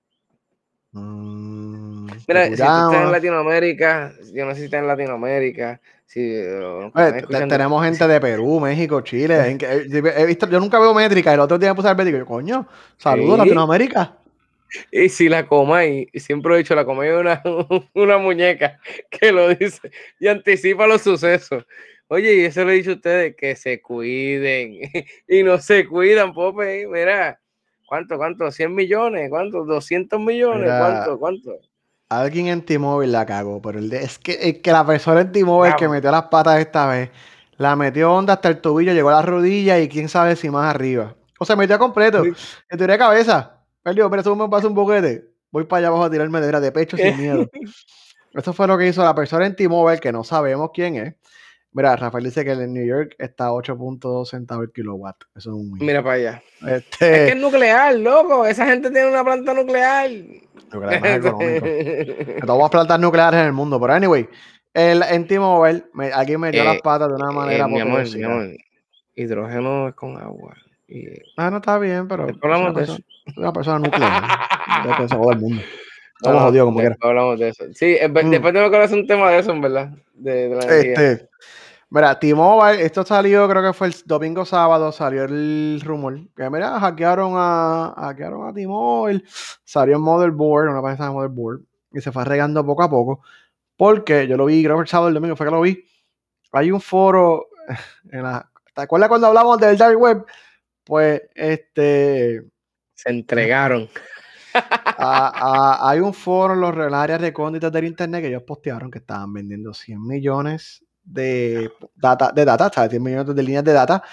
mm, que tú Mira, si tú estás en llamas. Latinoamérica, yo no sé si estás en Latinoamérica, si eh, los que Oye, están te- escuchando. tenemos si- gente de Perú, México, Chile. en que- he, he visto, yo nunca veo métrica. El otro día me puse a ver métrica y yo, coño, saludos Sí, Latinoamérica. y si la Comay, y siempre he dicho, la Comay es una, una muñeca que lo dice y anticipa los sucesos. Oye, y eso le he dicho a ustedes, que se cuiden y no se cuidan, Pope. Mira, ¿cuánto, cuánto? ¿cien millones? ¿Cuánto? ¿doscientos millones? Mira, ¿Cuánto, cuánto? alguien en T-Mobile la cagó, pero el de- es que, es que la persona en T-Mobile que Bravo. metió las patas esta vez, la metió onda hasta el tobillo, llegó a la rodilla y quién sabe si más arriba. O se metió completo, en teoría de cabeza. Él dijo, pero eso me pasa un boquete. Voy para allá abajo a tirarme de, de pecho sin miedo. Eso fue lo que hizo la persona en T-Mobile, que no sabemos quién es. Mira, Rafael dice que en New York está a ocho punto dos centavos el kilowatt. Eso es un win. Mira para allá. Es que Este, es nuclear, loco. Esa gente tiene una planta nuclear. lo que además es económico. Que todas las plantas nucleares en el mundo. Pero anyway, el, en T-Mobile, me, alguien metió las Eh, patas de una eh, manera mi amor, mi apoteósica. amor, hidrógeno es con agua. Y Ah, no está bien, pero después es una hablamos de persona, eso. es una persona nuclear. Ya que se joda el mundo. No, Estamos no, jodidos como después quiera. hablamos de eso. Sí, es ver- Mm, después tengo que hablar un tema de eso, en verdad, de, de la energía. este, mira, T-Mobile, esto salió, creo que fue el domingo sábado, salió el rumor. Que mira, hackearon a, hackearon a T-Mobile. Salió en Motherboard, una página de Motherboard. Y se fue regando poco a poco. Porque yo lo vi, creo que el sábado, el domingo fue que lo vi. Hay un foro en la, ¿te acuerdas cuando hablamos del Dark Web? Pues este Se entregaron. a- a- hay un foro en los en las áreas recónditas del internet que ellos postearon que estaban vendiendo cien millones de data, de data, ¿sabes? cien millones de líneas de data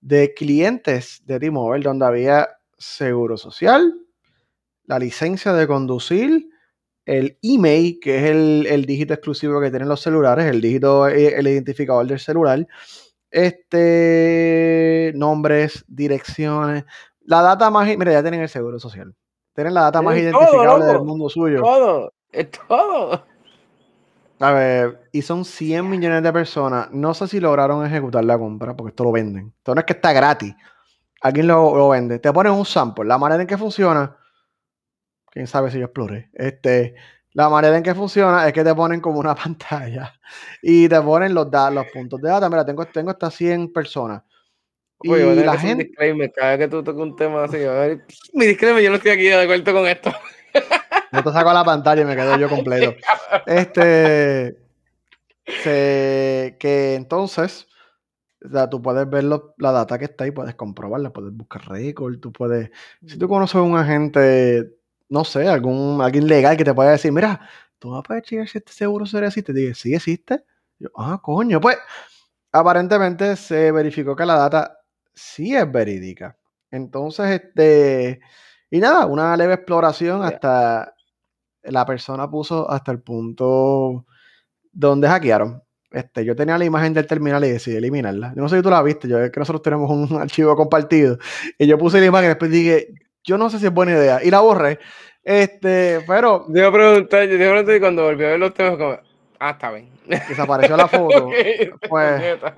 de clientes de T-Mobile donde había seguro social, la licencia de conducir, el email, que es el, el dígito exclusivo que tienen los celulares, el dígito, el identificador del celular, este, nombres, direcciones, la data más, mira, ya tienen el seguro social, tienen la data más Es todo, identificable del loco. mundo suyo. Todo, es todo. A ver, y son cien millones de personas. No sé si lograron ejecutar la compra, porque esto lo venden. Esto no es que está gratis. Alguien lo, lo vende. Te ponen un sample. La manera en que funciona, quién sabe si yo exploré. Este, la manera en que funciona es que te ponen como una pantalla y te ponen los, da- los puntos de data. Mira, tengo, tengo hasta cien personas. Pues yo voy a Y tener la que hacer un gente, disclaimer cada vez que tú toques un tema así. A ver, mi disclaimer, yo no estoy aquí de acuerdo con esto. yo te saco la pantalla y me quedo yo completo. Este, se, que entonces, o sea, tú puedes ver lo- la data que está ahí, puedes comprobarla, puedes buscar récord, tú puedes, si tú conoces a un agente, no sé, algún, alguien legal que te pueda decir, mira, tú vas a poder checar si este seguro social existe, te digo, sí existe. Yo, ah, coño, pues aparentemente se verificó que la data sí es verídica. Entonces, este, y nada, una leve exploración Ya. hasta la persona puso hasta el punto donde hackearon. Este, yo tenía la imagen del terminal y decidí eliminarla. Yo no sé si tú la viste, yo es que nosotros tenemos un archivo compartido y yo puse la imagen y después dije, yo no sé si es buena idea y la borré. Este, pero Te iba a preguntar, yo te iba a preguntar y cuando volví a ver los temas, como, ah, está bien. desapareció la foto. Ok, Pues puñeta.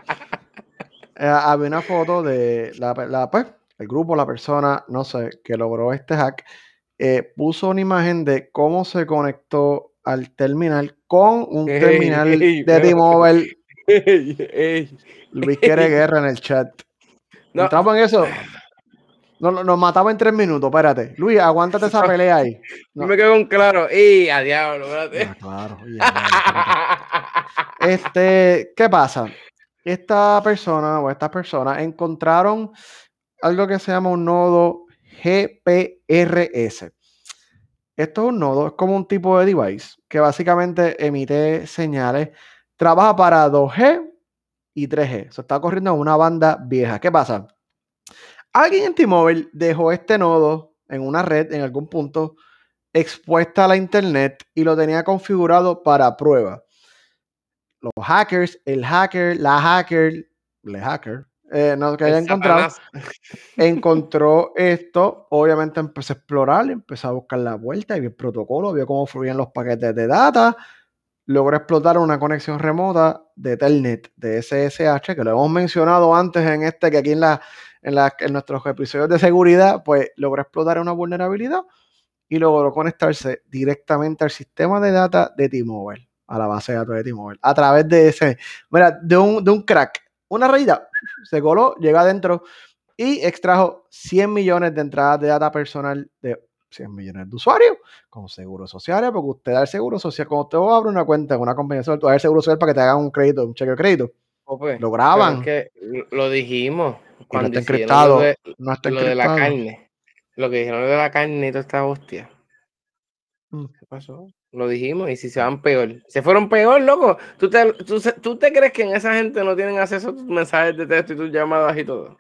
eh, había una foto de la, la, pues, el grupo, la persona, no sé, que logró este hack, eh, puso una imagen de cómo se conectó al terminal con un Ey, terminal ey, de espérate. T-Mobile. Ey, ey, Luis quiere ey. guerra en el chat. No, Entramos en eso. No, no, nos mataba en tres minutos, espérate. Luis, aguántate esa pelea ahí. yo No. me quedo con claro. ¡Y a diablo! Ah, Espérate. claro, y a diablo, espérate. Este, ¿qué pasa? Esta persona o estas personas encontraron algo que se llama un nodo G P R S. Esto es un nodo, es como un tipo de device que básicamente emite señales, trabaja para dos G y tres G. Se está corriendo en una banda vieja. ¿Qué pasa? Alguien en T-Mobile dejó este nodo en una red en algún punto expuesta a la internet y lo tenía configurado para prueba. Los hackers, el hacker, la hacker, el hacker, eh, no, que El haya encontrado, Satanás. encontró esto, obviamente empezó a explorar, empezó a buscar la vuelta, vio el protocolo, vio cómo fluían los paquetes de data, logró explotar una conexión remota de Telnet, de S S H, que lo hemos mencionado antes en este, que aquí en, la, en, la, en nuestros episodios de seguridad, pues logró explotar una vulnerabilidad y logró conectarse directamente al sistema de data de T-Mobile, a la base de datos de T-Mobile, a través de ese, mira, de un, de un crack, una rayita, se coló, llegó adentro y extrajo cien millones de entradas de data personal de cien millones de usuarios con seguro social, porque usted da el seguro social, cuando usted abre una cuenta en una compañía de seguro, tú das el seguro social para que te hagan un crédito, un cheque de crédito, Oh, pues, lo pero es graban que lo lo dijimos y no cuando está hicieron lo de, encriptado, no está lo de la encriptado. carne. Lo que dijeron de la carne y toda esta hostia. Mm. ¿Qué pasó? Lo dijimos y si se van peor. Se fueron peor, loco. ¿Tú te, tú, se- tú te crees que en esa gente no tienen acceso a tus mensajes de texto y tus llamadas y todo?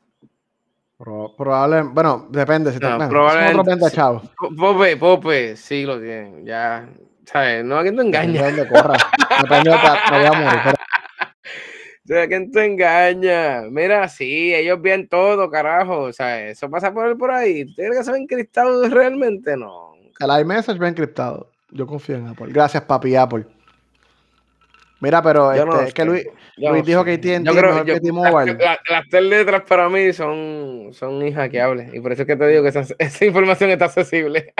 Pro- probable, bueno, depende, si te- No, bueno, son otros probablemente. veinte Sí. chavos, Po- Pope, Pope, sí lo tienen. Ya, ¿sabes? No a quien te depende engaña. de dónde corra, depende de dónde me voy a morir, pero O sea, ¿quién te engaña? Mira, sí, ellos ven todo, carajo. O sea, eso pasa por, por ahí. ¿Tú crees que se ven encriptados realmente? No. el iMessage va encriptado, yo confío en Apple, gracias papi Apple. Mira, pero Yo no este, es que sé. Luis, Yo Luis no dijo que sé. Yo A T and T es creo, mejor yo, que las, T-Mobile. las- las tres letras para mí son, son inhackeables. Y por eso es que te digo que esa, esa información está accesible.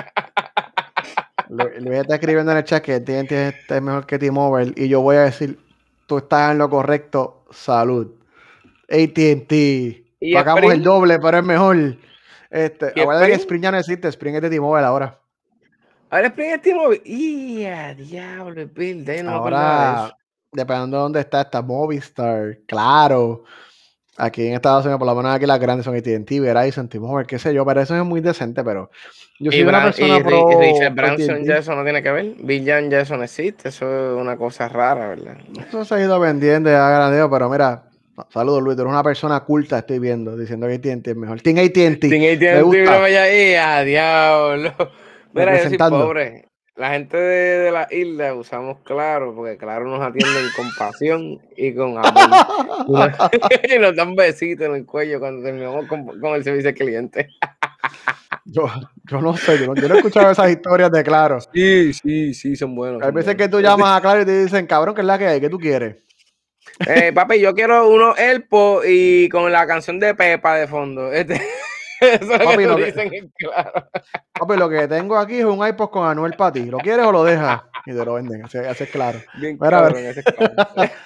Lu- Luis está escribiendo en el chat que A T and T es, es mejor que T-Mobile y yo voy a decir, tú estás en lo correcto, salud. A T and T, ¿Y pagamos el Sprint? doble, pero es mejor. Este, ¿Y acuérdate que Sprint? Spring ya no existe, Spring es de T-Mobile ahora. Ahora Sprint es T-Mobile. ¡Y a diablo, Bill! De ahí no me acordaba de eso. Ahora, dependiendo de dónde está, está Movistar, claro. Aquí en Estados Unidos, por lo menos aquí las grandes son A T and T, Verizon, T-Mobile, qué sé yo, pero eso es muy decente, pero yo Y, soy una Bran, y persona Ri- Richard pro, pro Branson ya A T and T. eso no tiene que ver. Bill Young ya eso no existe. Eso es una cosa rara, ¿verdad? Eso se ha ido vendiendo ya grandeo, pero mira, Saludos, Luis. Tú eres una persona culta, estoy viendo, diciendo que A T and T es mejor. Team A T and T. Team A T Me and T, mira gusta. para allá ahí, a diablo. Mira, yo soy Representando. pobre. La gente de, de la isla usamos Claro, porque Claro nos atienden con pasión y con amor. Y nos, y nos dan besitos en el cuello cuando terminamos con, con el servicio al cliente. Yo, yo no sé, yo no, yo no he escuchado esas historias de Claro. Sí, sí, sí, son buenos. Hay Son veces buenos. que tú llamas a Claro y te dicen, cabrón, ¿qué es la que hay? ¿Qué tú quieres? Eh, papi, yo quiero uno Elpo y con la canción de Pepa de fondo. Este, eso es lo Papi, que lo te que, dicen en Claro. papi, lo que tengo aquí es un iPod con Anuel para ti. ¿Lo quieres o lo dejas? Y te lo venden, así, así es Claro. Bien Mira, a ver. cabrón, ese es Claro.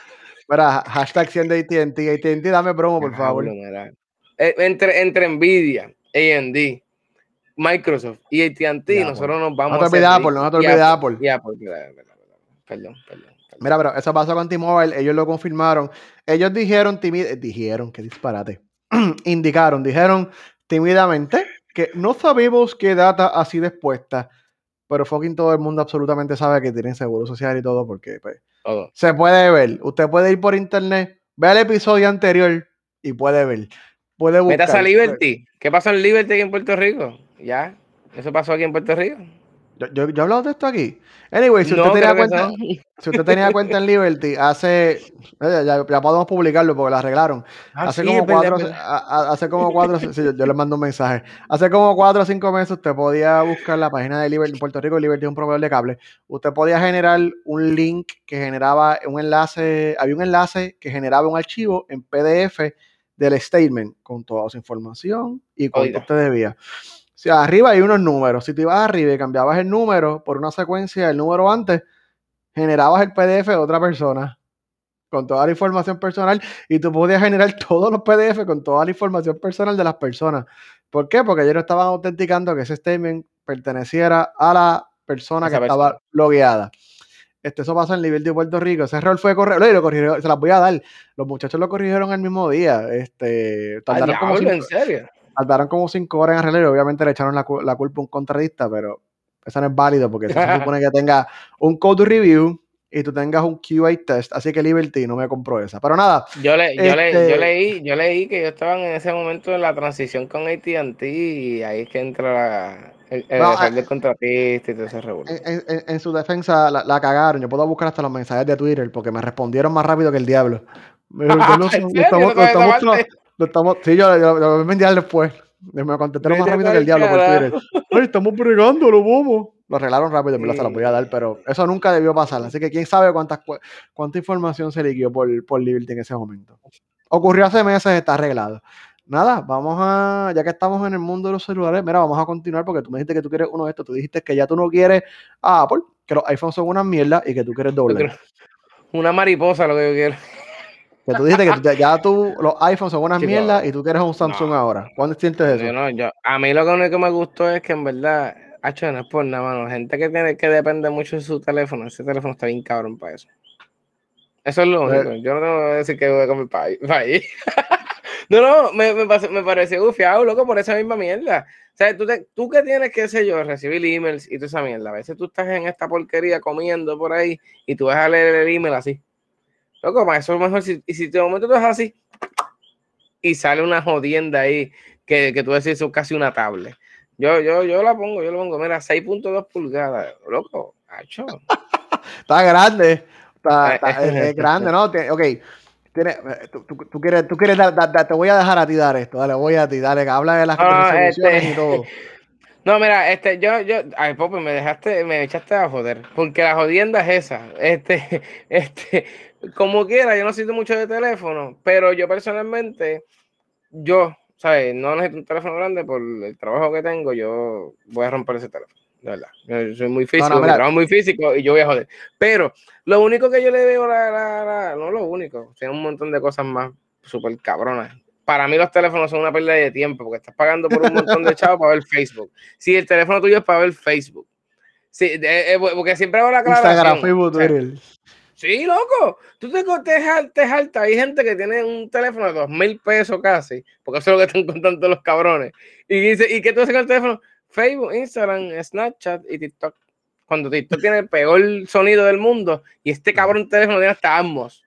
Mira, hashtag cien de A T and T. A T and T, dame promo, por favor. Diablo, mira. Eh, Entre, entre Nvidia, A M D, Microsoft y A T and T, Y nosotros Apple. nos No vamos te a hacer olvides Apple, ricos. no te Y olvides Apple, Apple. y Apple, perdón, perdón, perdón, perdón. Mira, pero eso pasó con T-Mobile, ellos lo confirmaron. Ellos dijeron, timid dijeron, qué disparate, indicaron, dijeron tímidamente que no sabemos qué data ha sido expuesta, pero fucking todo el mundo absolutamente sabe que tienen seguro social y todo, porque pues, Todo. se puede ver. Usted puede ir por internet, ve el episodio anterior y puede ver. Puede Metas a buscar. Liberty. ¿Qué pasó en Liberty aquí en Puerto Rico? Ya, eso pasó aquí en Puerto Rico. Yo, yo, yo he hablado de esto aquí. Anyway, si usted No, tenía creo que cuenta, no. si usted tenía cuenta en Liberty hace, eh, ya, ya podemos publicarlo porque la arreglaron. Ah, Hace sí, es como verdad, es cuatro, verdad. a- a- hace como cuatro, sí, yo, yo le mando un mensaje. Hace como cuatro o cinco meses usted podía buscar la página de Liberty en Puerto Rico. Liberty es un proveedor de cable. Usted podía generar un link que generaba un enlace, había un enlace que generaba un archivo en P D F del statement con toda su información y cuánto Ahorita. usted debía. O sea, arriba hay unos números. Si tú ibas arriba y cambiabas el número por una secuencia del número antes, generabas el P D F de otra persona con toda la información personal y tú podías generar todos los P D F con toda la información personal de las personas. ¿Por qué? Porque ellos no estaban autenticando que ese statement perteneciera a la persona que Esa persona. estaba logueada. Este, eso pasó en nivel de Puerto Rico. Ese error fue correcto. Lo corrigieron, se las voy a dar. Los muchachos lo corrigieron el mismo día. Este, Ah, tardaron como diablo, cinco, ¿en serio? tardaron como cinco horas en arreglar y obviamente le echaron la, la culpa a un contratista, pero eso no es válido porque eso se supone que tenga un code review y tú tengas un Q A test, así que Liberty no me compró esa. Pero nada, Yo, le, yo, le, yo, este, leí, yo leí que ellos estaban en ese momento en la transición con A T and T y ahí es que entra la, el, el no, error del contratista y todo ese revuelo. en, en, en, su defensa la, la, cagaron. Yo puedo buscar hasta los mensajes de Twitter porque me respondieron más rápido que el diablo. Lo, ¿En lo, serio? estamos, ¿No lo, sabes esa estamos, parte? lo estamos, sí, yo lo, lo voy a enviar después. Me contestaron más Vete rápido que el pa'l diablo por Twitter. carajo. Ay, estamos bregando, lo bobo. Lo arreglaron rápido, me lo se los voy a dar, pero Eh, eso nunca debió pasar. Así que quién sabe cuántas, cuánta información se liquió por, por Liberty en ese momento. Ocurrió hace meses, está arreglado. Nada, vamos a, ya que estamos en el mundo de los celulares, mira, vamos a continuar porque tú me dijiste que tú quieres uno de estos, tú dijiste que ya tú no quieres a Apple, que los iPhones son una mierda y que tú quieres yo doble. creo, una mariposa lo que yo quiero. Que tú dijiste que tú, ya, ya tú, los iPhones son una mierda Chico, y tú quieres un no, Samsung ahora. ¿Cuándo sientes no, yo eso? no, yo, a mí lo que único que me gustó es que en verdad, hacho, no es por nada, mano. Gente que tiene que depende mucho de su teléfono, ese teléfono está bien cabrón para eso. Eso es lo Eh, único. Yo no tengo que decir que voy a comer país. No, no, me, me, pasó, me pareció gufiado, loco, por esa misma mierda. O sea, tú, te, tú que tienes, qué sé yo, recibir emails y toda esa mierda. A veces tú estás en esta porquería comiendo por ahí y tú vas a leer el email así. Loco, para eso es mejor. Si, y si de momento tú estás así y sale una jodienda ahí que, que tú decís eso es casi una tablet. Yo, yo, yo la pongo, yo la pongo, mira, seis punto dos pulgadas. Loco, hacho. está grande, está, está, es, es grande, ¿no? Tiene, ok, tiene, eh, tú, tú, tú quieres, tú quieres dar, dar, dar, te voy a dejar a ti dar esto, dale, voy a ti, dale, que habla de las No, resoluciones este. y todo. No, mira, este, yo, yo, ay, Pope, me dejaste, me echaste a joder, porque la jodienda es esa, este, este, como quiera, yo no siento mucho de teléfono, pero yo personalmente, yo, ¿sabes? No necesito un teléfono grande por el trabajo que tengo, yo voy a romper ese teléfono, de verdad. Yo soy muy No, no, físico, mi mira, trabajo es muy físico y yo voy a joder. Pero lo único que yo le veo, la, la, la, no lo único, tiene un montón de cosas más súper cabronas. Para mí los teléfonos son una pérdida de tiempo porque estás pagando por un montón de chavos para ver Facebook. Si el teléfono tuyo es para ver Facebook. Sí, eh, eh, porque siempre hago la Instagram, aclaración. Facebook, O sea, Twitter. sí, loco. Tú te, te, te jalta. Hay gente que tiene un teléfono de dos mil pesos casi, porque eso es lo que están contando los cabrones. Y dice, ¿y qué tú haces con el teléfono? Facebook, Instagram, Snapchat y TikTok. Cuando TikTok tiene el peor sonido del mundo y este cabrón teléfono tiene hasta ambos.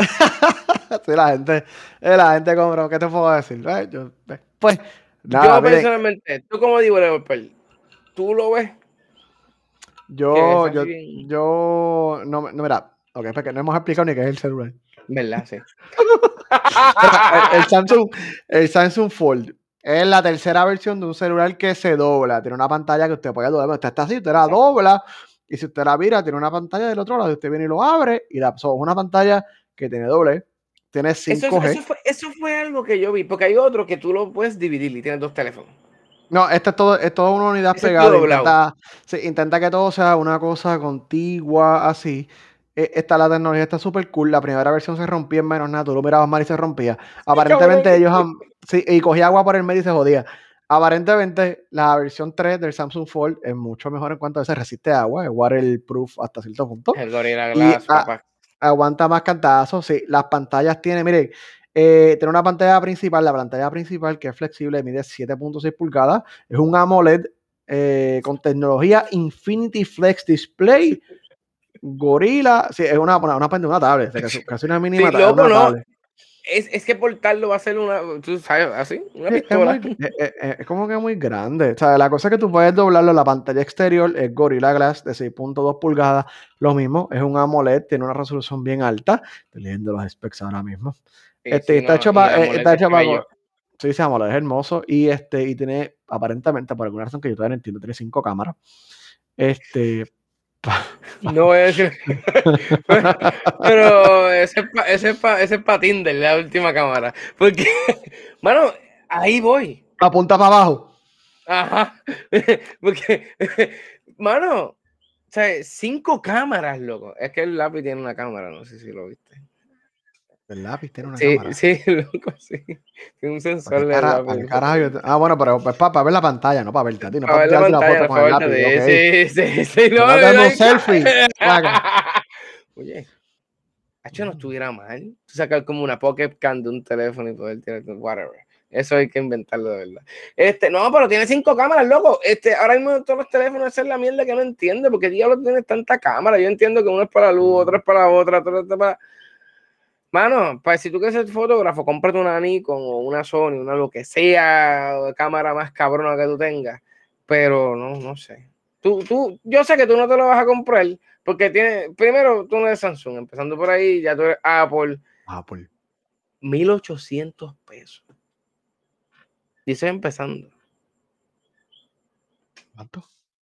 Sí, la gente, eh, la gente compra, ¿qué te puedo decir? Eh, yo, eh, pues, nada, Yo miren, personalmente, tú como developer, tú lo ves que es yo, así yo, bien, yo, no, no, mira, ok, porque no hemos explicado ni qué es el celular. ¿verdad? Sí. Mira, el, el Samsung, el Samsung Fold es la tercera versión de un celular que se dobla. Tiene una pantalla que usted puede doblar. Usted está así, usted la Exacto. dobla. Y si usted la vira, tiene una pantalla del otro lado. Usted viene y lo abre. Y la, so, es una pantalla que tiene doble. Tiene Eso, es- cinco G. eso, fue, eso fue algo que yo vi, porque hay otro que tú lo puedes dividir y tienes dos teléfonos. No, esta es todo, es toda una unidad Ese es tu pegada. doblado. Intenta, sí, intenta que todo sea una cosa contigua, así. Eh, Esta, la tecnología está súper cool. La primera versión se rompía en menos nada. Tú lo mirabas mal y se rompía. Sí, cabrón. Aparentemente ellos han. Sí, y cogía agua por el medio y se jodía. Aparentemente la versión tres del Samsung Fold es mucho mejor en cuanto a que se resiste agua. Es waterproof hasta cierto punto. El Gorilla Y Glass, a- papá. aguanta más cantazos. Sí, las pantallas tienen, miren. Eh, tiene una pantalla principal, la pantalla principal que es flexible, mide siete punto seis pulgadas, es un AMOLED eh, con tecnología Infinity Flex Display, Gorilla, sí, es una, una, una, una tablet, o sea, casi, casi una mínima, Sí, es loco, una no. tablet. Es, es que portarlo va a ser una, tú sabes, así, una Sí, es muy, pistola. es, es- es como que muy grande. O sea, la cosa es que tú puedes doblarlo. La pantalla exterior es Gorilla Glass de seis punto dos pulgadas. Lo mismo, es un AMOLED, tiene una resolución bien alta. Estoy leyendo los specs ahora mismo. Sí, Este, sí, está no. hecho Y para, la está molestia hecho es para, bello. sí, se AMOLED, es hermoso. Y este, y tiene, aparentemente, por alguna razón que yo todavía no entiendo, tiene cinco cámaras. Este, No voy a decir. Pero ese es para ese es pa, ese es pa Tinder, la última cámara. Porque, mano, ahí voy. apunta para abajo. Ajá. Porque, mano, o sea, cinco cámaras, loco. Es que el lápiz tiene una cámara, no sé si lo viste. El lápiz tiene una Sí, cámara. sí, loco, sí. Tiene un ¿Para qué sensor del cara, lápiz. para qué carajo yo te- Ah, bueno, pero pues para, ver la pantalla, no para verte a ti, no Para para ver la tirarte la pantalla, foto no con el fue verdad lápiz, ok. de sí, sí, sí, Te no, estás dando un ay, selfie. Placa. oye, hecho no Mm. estuviera mal. Tú sacar como una Pocket Cam de un teléfono y poder tirar whatever. Eso hay que inventarlo de verdad. Este, no, pero tiene cinco cámaras, loco. Este, ahora mismo todos los teléfonos esa es la mierda que no entiendo, porque diablos tienes tanta cámara. Yo entiendo que uno es para la luz, otro Mm. es para la otra, otro es para. Mano, pues si tú quieres ser fotógrafo, cómprate una Nikon o una Sony, una lo que sea, cámara más cabrona que tú tengas. Pero no, no sé. Tú, tú, yo sé que tú no te lo vas a comprar porque tiene, primero, tú no eres Samsung, empezando por ahí, ya tú eres Apple, Apple. mil ochocientos pesos. Dice empezando, ¿Cuánto?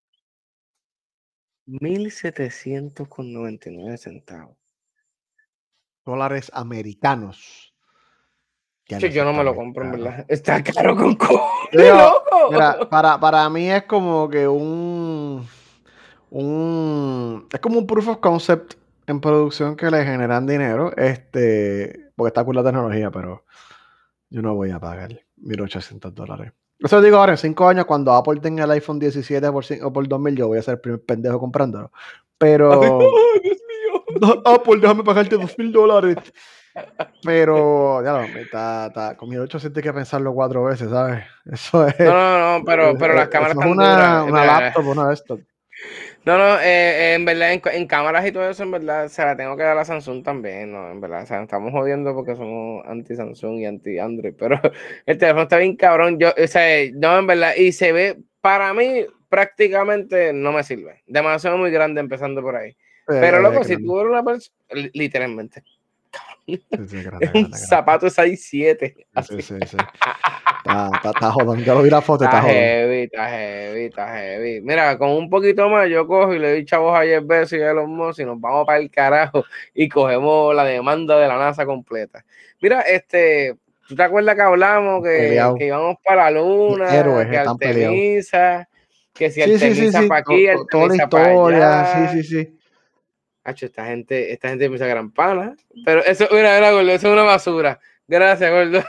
mil setecientos con noventa y nueve centavos. Dólares americanos. Ya Yo, lo sé, yo no está me lo muy compro, en caro. verdad. Está caro con cojones, Digo, mira, loco. para, para mí es como que un, un, es como un proof of concept en producción que le generan dinero, este, porque está cool la tecnología, pero yo no voy a pagar mil ochocientos dólares. Eso digo ahora, en cinco años, cuando Apple tenga el iPhone diecisiete por, cin- o por dos mil, yo voy a ser el primer pendejo comprándolo. Ay, Pero, Dios mío. no, Apple, déjame pagarte dos mil dólares. Pero, ya lo, está, está, con mil ochocientos hay que pensarlo cuatro veces, ¿sabes? Eso es, No, no, no, pero, pero las cámaras eso es están una, duras. una laptop, una de estas. No, no, eh, eh, en verdad, en, en cámaras y todo eso, en verdad, se la tengo que dar a Samsung también, ¿no? En verdad, o sea, estamos jodiendo porque somos anti-Samsung y anti-Android, pero el teléfono está bien cabrón. Yo, o sea, no, en verdad, y se ve, para mí, prácticamente no me sirve. Demasiado muy grande empezando por ahí. Sí, Pero, es, es loco, si grande. tú eres una persona, literalmente, Sí, sí, es grande, un grande, grande. zapato seis siete, Sí, sí, así. sí, sí. Está, está, está jodón. Yo lo vi la foto, Está está jodón. heavy, está heavy, está heavy. Mira, con un poquito más yo cojo y le doy chavos a Jeff Bezos y a Elon Musk y nos vamos para el carajo y cogemos la demanda de la NASA completa. Mira, este, ¿tú te acuerdas que hablamos que, que Peleado. íbamos para la Los luna, héroes que están peleados. Artemisa, que si Sí, sí, sí, Artemisa sí. para To- aquí, to- toda la Artemisa para historia. Sí, sí, allá? sí. Hacho, esta gente, esta gente me hizo gran pana. Pero eso, mira, mira, gordo, eso es una basura. Gracias, gordo.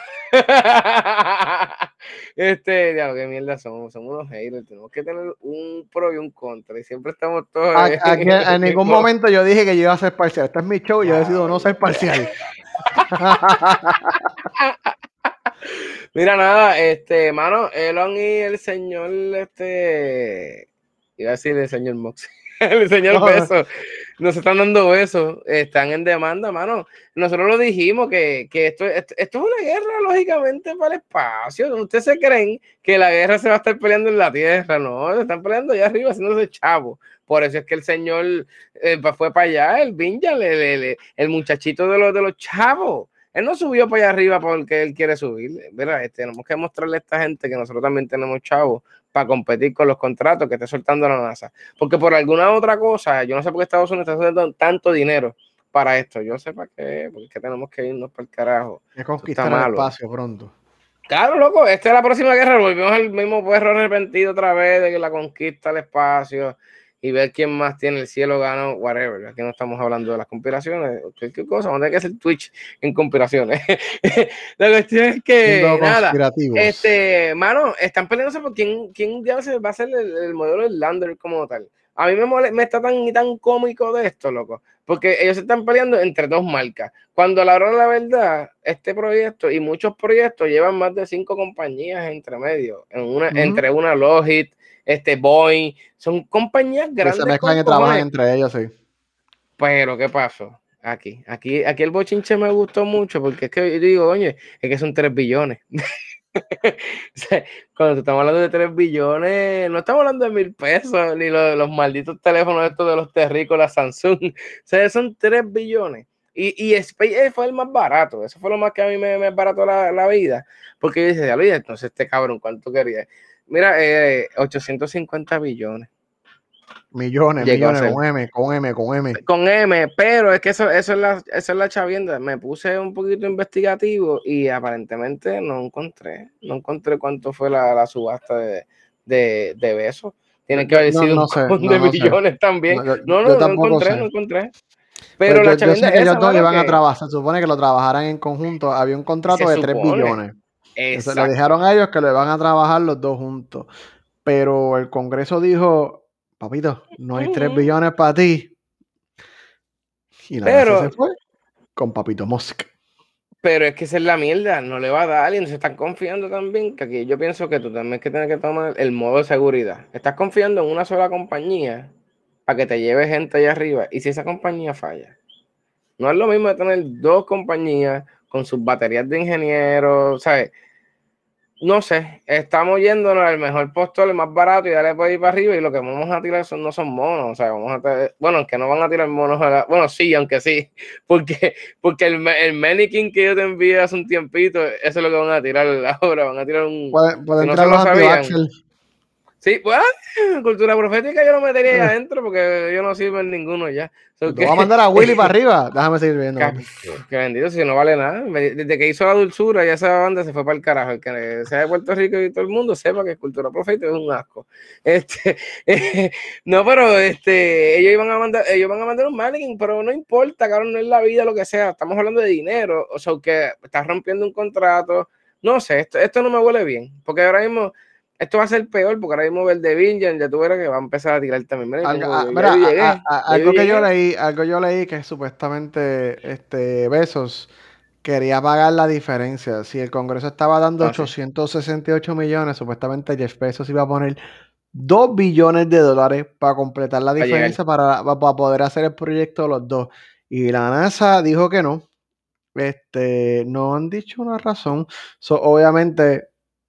Este, diablo, qué mierda somos. Somos unos haters. Tenemos que tener un pro y un contra. Y siempre estamos todos. A- Aquí en eh, ningún como- momento yo dije que yo iba a ser parcial. Este es mi show y yo Ya, decido no ser gordo. parcial. Mira, nada, este, mano, Elon y el señor, este, iba a decir el señor Mox, el señor No, Beso. no se están dando besos, están en demanda, mano. Nosotros lo dijimos que, que esto, esto, esto es una guerra, lógicamente, para el espacio. ¿Ustedes se creen que la guerra se va a estar peleando en la Tierra? No, se están peleando allá arriba haciéndose chavo. Por eso es que el señor eh, fue para allá, el Vinja, el, el, el muchachito de los, de los chavos. Él no subió para allá arriba porque él quiere subir. ¿Verdad? Este, tenemos que mostrarle a esta gente que nosotros también tenemos chavos para competir con los contratos que está soltando la NASA. Porque por alguna otra cosa, yo no sé por qué Estados Unidos está haciendo tanto dinero para esto. Yo no sé para qué, porque tenemos que irnos para el carajo. Es conquistar el espacio pronto. Claro, loco, esta es la próxima guerra. Volvemos al mismo perro arrepentido otra vez de que la conquista del espacio y ver quién más tiene el cielo gano, whatever. Aquí no estamos hablando de las conspiraciones, cualquier cosa, vamos a tener que hacer Twitch en conspiraciones. La cuestión es que, nada, este, mano, están peleándose por quién, quién ya se va a ser el, el modelo del lander como tal. A mí me, mole, me está tan, tan cómico de esto, loco, porque ellos se están peleando entre dos marcas. Cuando a la hora de la verdad, este proyecto y muchos proyectos llevan más de cinco compañías entre medio, en una, uh-huh. entre una Lockheed, este Boeing, son compañías grandes. Que se mezclan y trabajan entre ellos, sí. Pero, ¿qué pasó? Aquí, aquí, aquí el bochinche me gustó mucho porque es que yo digo, oye, es que son tres billones. O sea, cuando estamos hablando de tres billones, no estamos hablando de mil pesos, ni los, los malditos teléfonos estos de los terrícolas Samsung. O sea, son tres billones. Y, y SpaceX fue el más barato. Eso fue lo más que a mí me, me barató la, la vida. Porque yo dije, ya lo dije, entonces este cabrón, ¿cuánto quería? Mira, eh, ochocientos cincuenta billones. Millones, millones, con M, con M, con M. Con M, pero es que eso, eso, es la, eso es la chavienda. Me puse un poquito investigativo y aparentemente no encontré, no encontré cuánto fue la, la subasta de, de, de besos. Tiene que haber no, sido no un sé, con no, de no millones sé. también. No, yo, no, no, yo no encontré, sé. no encontré. Pero pues la yo, chavienda yo sé que esa, ellos dos iban que a trabajar, se supone que lo trabajaran en conjunto. Había un contrato de tres billones. Exacto. Le dijeron a ellos que lo iban a trabajar los dos juntos. Pero el Congreso dijo, papito, no hay tres uh-huh. billones para ti. Y la Pero, NASA se fue con Papito Musk. Pero es que esa es la mierda, no le va a dar y se están confiando también, que aquí yo pienso que tú también que tienes que tomar el modo de seguridad. Estás confiando en una sola compañía para que te lleve gente allá arriba y si esa compañía falla. No es lo mismo de tener dos compañías con sus baterías de ingenieros, ¿sabes? No sé, estamos yéndonos al mejor postor, el más barato y darle por ahí para arriba y lo que vamos a tirar son, no son monos, o sea, vamos a tener, bueno, que no van a tirar monos, a la, bueno, sí, aunque sí, porque, porque el, el mannequin que yo te envié hace un tiempito, eso es lo que van a tirar ahora, van a tirar un... Pueden, pueden si no tirar se los lo sabían. Sí, pues, ah, cultura profética yo lo metería ahí adentro porque yo no sirvo en ninguno ya. So, te voy a mandar a Willy para arriba. Déjame seguir viendo. Que bendito, si no vale nada. Desde que hizo La Dulzura, ya esa banda se fue para el carajo. El que sea de Puerto Rico y todo el mundo sepa que Cultura Profética es un asco. Este, eh, no, pero este, ellos iban a mandar, ellos van a mandar un mannequin, pero no importa, cabrón, no es la vida, lo que sea. Estamos hablando de dinero, o sea, que estás rompiendo un contrato. No sé, esto, esto no me huele bien, porque ahora mismo esto va a ser peor porque ahora mismo el de Vinjan ya tú verás que va a empezar a tirar también. Mira, algo, tengo, yo, mira, ya yo llegué, a, a, ya algo yo que llegué. yo leí, algo yo leí que supuestamente este Bezos quería pagar la diferencia. Si el Congreso estaba dando ah, ochocientos sesenta y ocho sí. millones, supuestamente Jeff Bezos iba a poner dos billones de dólares para completar la diferencia para, para poder hacer el proyecto los dos. Y la NASA dijo que no. Este, no han dicho una razón. So, obviamente,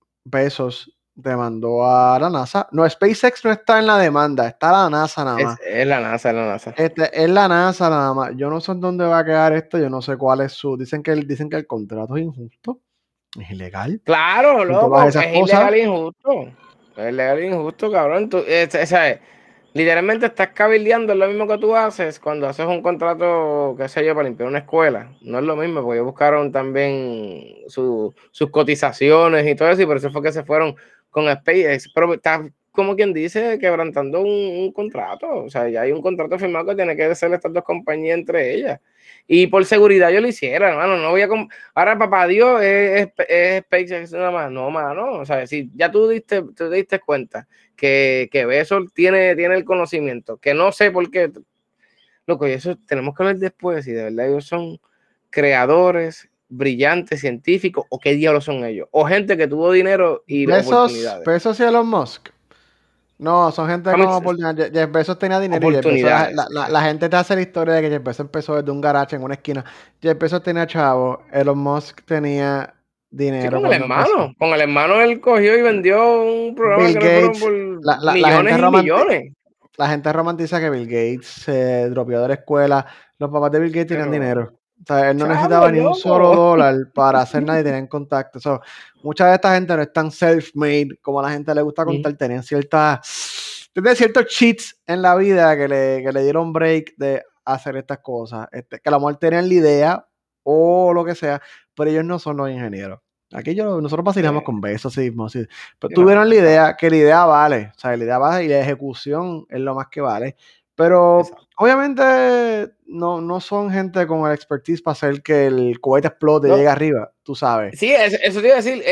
Bezos demandó a la NASA. No, SpaceX no está en la demanda, está la NASA nada más. Es, es la NASA, es la NASA. Este, es la NASA nada más. Yo no sé en dónde va a quedar esto, yo no sé cuál es su. Dicen que el, dicen que el contrato es injusto, es ilegal. Claro, loco, es ilegal e injusto. Es ilegal e injusto, cabrón. Tú, es, es, es, literalmente estás cabildeando, es lo mismo que tú haces cuando haces un contrato, qué sé yo, para limpiar una escuela. No es lo mismo, porque ellos buscaron también su, sus cotizaciones y todo eso, y por eso fue que se fueron con SpaceX. Pero está, como quien dice, quebrantando un, un contrato. O sea, ya hay un contrato firmado que tiene que ser estas dos compañías entre ellas. Y por seguridad yo lo hiciera, hermano. No voy a. Ahora, papá Dios, es, es, es SpaceX nada más. No, mano. O sea, si ya tú diste, tú te diste cuenta que, que Bezos tiene, tiene el conocimiento, que no sé por qué. Loco, y eso tenemos que ver después si de verdad ellos son creadores, brillantes, científicos, o qué diablos son ellos. O gente que tuvo dinero y Bezos, oportunidades. Bezos y Elon Musk. No, son gente A mí, con oportunidad. Jeff Bezos tenía dinero y Jeff Bezos, la, la, oportunidades. la, la gente te hace la historia de que Jeff Bezos empezó desde un garaje en una esquina. Jeff Bezos tenía chavo, Elon Musk tenía Sí, dinero con el cuando empezó. hermano. Con el hermano él cogió y vendió un programa Bill que no fueron Gates, por la, la, la millones gente y romanti- millones. la gente romantiza que Bill Gates se dropeó de la escuela. Los papás de Bill Gates tenían Pero, dinero. O sea, él no chavo, necesitaba ni un solo loco. dólar para hacer nada y tenían contacto. So, mucha de esta gente no es tan self-made como a la gente le gusta contar. Tenían ciertas, tenían ciertos cheats en la vida que le, que le dieron break de hacer estas cosas. Este, que a lo mejor tenían la idea o lo que sea, pero ellos no son los ingenieros. Aquí yo, nosotros vacilamos Eh, con besos, sí, sí. Pero tuvieron no, la exacto, idea, que la idea vale, o sea, la idea vale y la ejecución es lo más que vale. Pero exacto. obviamente no, no son gente con el expertise para hacer que el cohete explote y No, llegue arriba, tú sabes. sí, es- eso te iba a decir,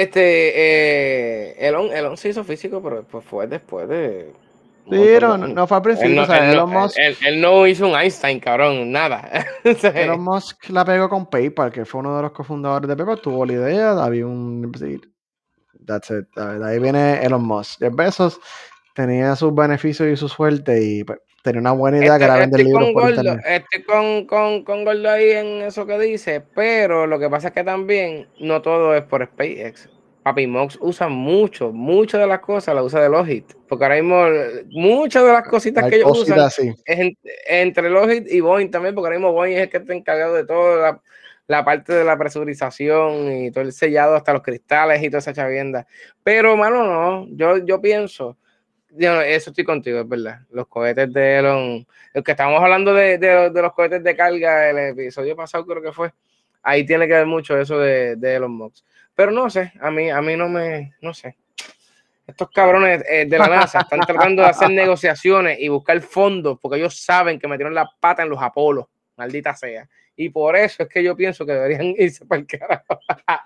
este, eh, Elon, Elon se hizo físico, pero pues fue después de un Sí, montón de no, años. no fue al Él principio, no, o sea, él no, Elon él, Musk, él- él no hizo un Einstein, cabrón, nada. O Elon sea, Musk la pegó con PayPal, que fue uno de los cofundadores de PayPal, tuvo la idea, había un... sí, that's it, de ahí viene Elon Musk. Jeff Bezos tenía sus beneficios y su suerte y pues, tenía una buena idea que era Estoy, vender estoy libros con por Gordo, internet. estoy con, con, con Gordo ahí en eso que dice, pero lo que pasa es que también no todo es por SpaceX. Papi Mox usa mucho, muchas de las cosas las usa de Logit, porque ahora mismo eh, muchas de las cositas Hay que ellos usan cositas así. es en- entre Logit y Boeing también, porque ahora mismo Boeing es el que está encargado de toda la, la parte de la presurización y todo el sellado, hasta los cristales y toda esa chavienda. Pero, mano, no, yo, yo pienso yo, no, eso estoy contigo, es verdad. Los cohetes de Elon, el que estábamos hablando de, de, de los cohetes de carga, el episodio pasado creo que fue, ahí tiene que ver mucho eso de, de Elon Musk. Pero no sé, a mí, a mí no me, no sé. Estos cabrones eh, de la NASA están tratando de hacer negociaciones y buscar fondos porque ellos saben que metieron la pata en los Apolos, maldita sea. Y por eso es que yo pienso que deberían irse para el carajo.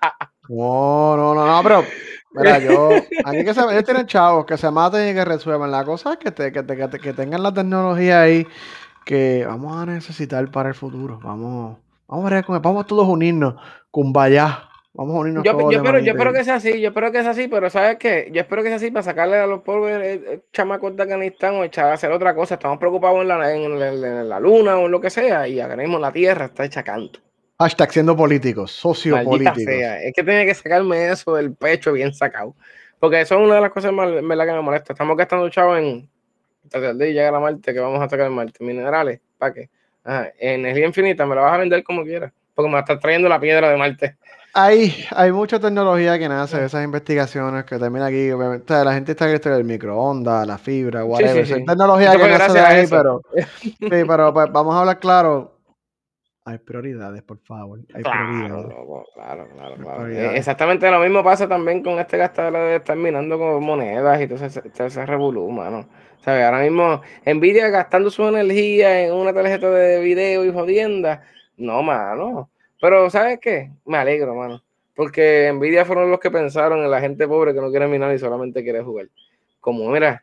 No, no, no, no, pero mira, yo, aquí que se, ellos tienen chavos que se maten y que resuelvan. La cosa es que, te, que, te- que, te- que tengan la tecnología ahí que vamos a necesitar para el futuro. Vamos, vamos a ver, con- vamos todos a unirnos, kumbaya. Vamos a unirnos Yo, todos yo, de espero, yo manita. espero que sea así, yo espero que sea así, pero ¿sabes qué? Yo espero que sea así para sacarle a los pobres eh, eh, chamacos de Afganistán o echar a hacer otra cosa. Estamos preocupados en la, en, la, en la luna o en lo que sea y ahora mismo la Tierra está hecha canto. Hashtag siendo políticos, Maldita sociopolíticos. sea. Es que tiene que sacarme eso del pecho bien sacado. Porque eso es una de las cosas más, en verdad que me molesta. Estamos gastando chavos en tratar de llegar a Marte, que vamos a sacar Marte. Minerales, ¿para qué? Ajá, energía infinita, me la vas a vender como quieras. Porque me va a estar trayendo la piedra de Marte. Hay, hay mucha tecnología que nace de esas investigaciones que termina aquí. Obviamente, o sea, la gente está que el microondas, la fibra, Sí, sí, whatever. Hay sí. tecnología Eso que fue nace de gracias a ahí, eso. pero sí, pero pues, vamos a hablar claro. Hay prioridades, por favor. Hay Claro, prioridades. loco, claro, claro, Hay claro. Eh, prioridades. Exactamente lo mismo pasa también con este gastadero de estar minando con monedas y todo ese, todo ese revolú, mano. ¿Sabes? Ahora mismo Nvidia gastando su energía en una tarjeta de video y jodienda. No, mano. Pero, ¿sabes qué? Me alegro, mano. Porque Nvidia fueron los que pensaron en la gente pobre que no quiere minar y solamente quiere jugar. Como, mira,